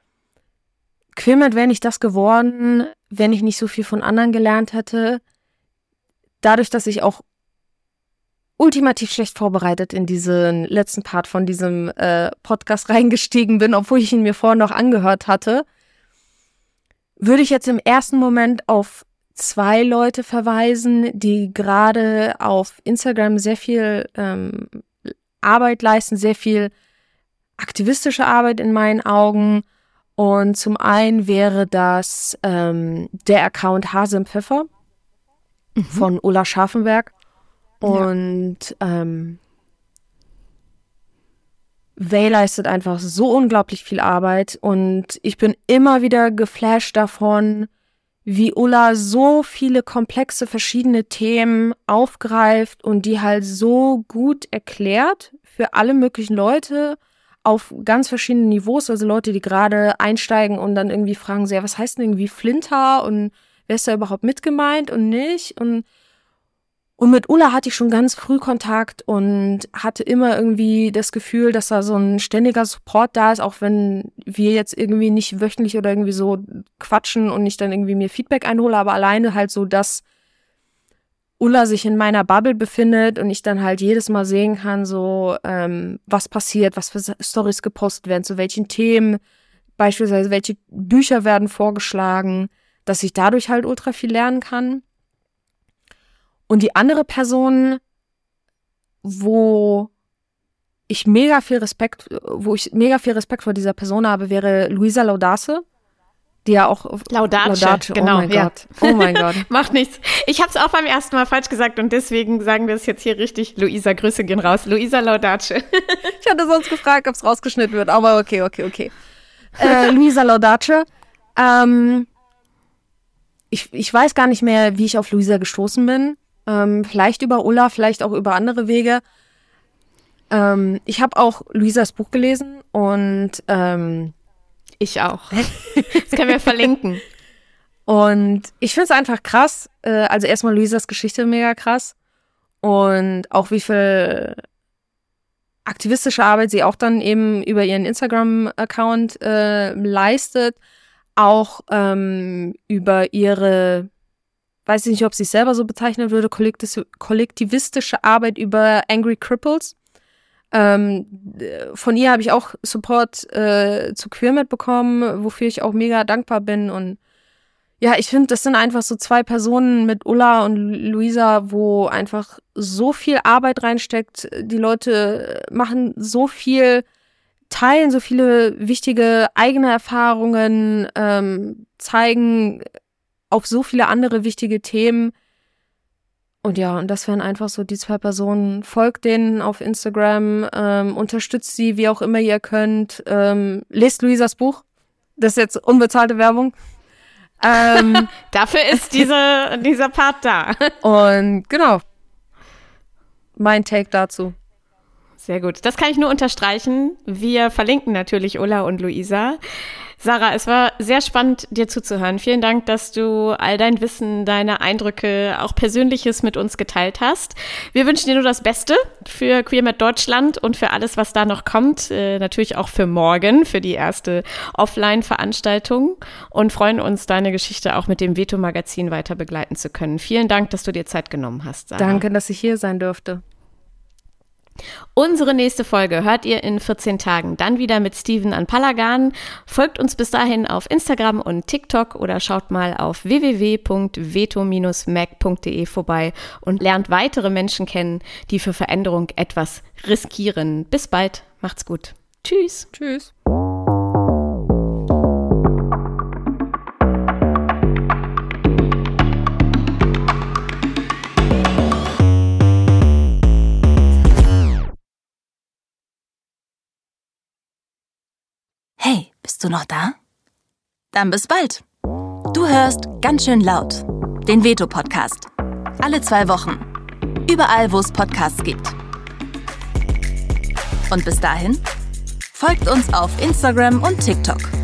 Speaker 6: Queermed wäre nicht das geworden, wenn ich nicht so viel von anderen gelernt hätte. Dadurch, dass ich auch ultimativ schlecht vorbereitet in diesen letzten Part von diesem Podcast reingestiegen bin, obwohl ich ihn mir vorher noch angehört hatte, würde ich jetzt im ersten Moment auf 2 Leute verweisen, die gerade auf Instagram sehr viel Arbeit leisten, sehr viel aktivistische Arbeit in meinen Augen. Und zum einen wäre das der Account Hase im Pfeffer von Ulla Scharfenberg. Und Vey leistet einfach so unglaublich viel Arbeit. Und ich bin immer wieder geflasht davon, wie Ulla so viele komplexe, verschiedene Themen aufgreift und die halt so gut erklärt für alle möglichen Leute auf ganz verschiedenen Niveaus. Also Leute, die gerade einsteigen und dann irgendwie fragen, so, ja, was heißt denn irgendwie Flinter und wer ist da überhaupt mit gemeint und nicht? Und mit Ulla hatte ich schon ganz früh Kontakt und hatte immer irgendwie das Gefühl, dass da so ein ständiger Support da ist, auch wenn wir jetzt irgendwie nicht wöchentlich oder irgendwie so quatschen und ich dann irgendwie mir Feedback einhole, aber alleine halt so, dass Ulla sich in meiner Bubble befindet und ich dann halt jedes Mal sehen kann, so was passiert, was für Storys gepostet werden, zu welchen Themen, beispielsweise welche Bücher werden vorgeschlagen, dass ich dadurch halt ultra viel lernen kann. Und die andere Person, wo ich mega viel Respekt vor dieser Person habe, wäre Luisa Laudace, die ja auch
Speaker 5: Laudace, genau.
Speaker 6: Oh mein Gott.
Speaker 5: Macht nichts. Ich habe es auch beim ersten Mal falsch gesagt und deswegen sagen wir es jetzt hier richtig. Luisa, Grüße gehen raus. Luisa Laudace.
Speaker 6: Ich hatte sonst gefragt, ob es rausgeschnitten wird, aber okay. Luisa Laudace. Ich weiß gar nicht mehr, wie ich auf Luisa gestoßen bin. Vielleicht über Ulla, vielleicht auch über andere Wege. Ich habe auch Luisas Buch gelesen und
Speaker 5: ich auch. Das können wir verlinken.
Speaker 6: Und ich finde es einfach krass. Also erstmal Luisas Geschichte mega krass. Und auch wie viel aktivistische Arbeit sie auch dann eben über ihren Instagram-Account leistet. Auch über ihre, weiß ich nicht, ob sie es selber so bezeichnen würde, kollektivistische Arbeit über Angry Cripples. Von ihr habe ich auch Support zu Queermed bekommen, wofür ich auch mega dankbar bin. Und ja, ich finde, das sind einfach so 2 Personen mit Ulla und Luisa, wo einfach so viel Arbeit reinsteckt. Die Leute machen so viel, teilen so viele wichtige eigene Erfahrungen, zeigen auf so viele andere wichtige Themen. Und ja, und das wären einfach so die 2 Personen. Folgt denen auf Instagram, unterstützt sie, wie auch immer ihr könnt. Lest Luisas Buch. Das ist jetzt unbezahlte Werbung.
Speaker 5: Dafür ist dieser Part da.
Speaker 6: Und genau. Mein Take dazu.
Speaker 5: Sehr gut. Das kann ich nur unterstreichen. Wir verlinken natürlich Ulla und Luisa. Sarah, es war sehr spannend, dir zuzuhören. Vielen Dank, dass du all dein Wissen, deine Eindrücke, auch Persönliches mit uns geteilt hast. Wir wünschen dir nur das Beste für Queermed Deutschland und für alles, was da noch kommt. Natürlich auch für morgen, für die erste Offline-Veranstaltung und freuen uns, deine Geschichte auch mit dem Veto-Magazin weiter begleiten zu können. Vielen Dank, dass du dir Zeit genommen hast, Sarah.
Speaker 6: Danke, dass ich hier sein durfte.
Speaker 5: Unsere nächste Folge hört ihr in 14 Tagen, dann wieder mit Steven Anpalagan. Folgt uns bis dahin auf Instagram und TikTok oder schaut mal auf www.veto-mag.de vorbei und lernt weitere Menschen kennen, die für Veränderung etwas riskieren. Bis bald, macht's gut. Tschüss.
Speaker 6: Tschüss.
Speaker 4: Hey, bist du noch da? Dann bis bald. Du hörst ganz schön laut. Den Veto-Podcast. Alle 2 Wochen. Überall, wo es Podcasts gibt. Und bis dahin, folgt uns auf Instagram und TikTok.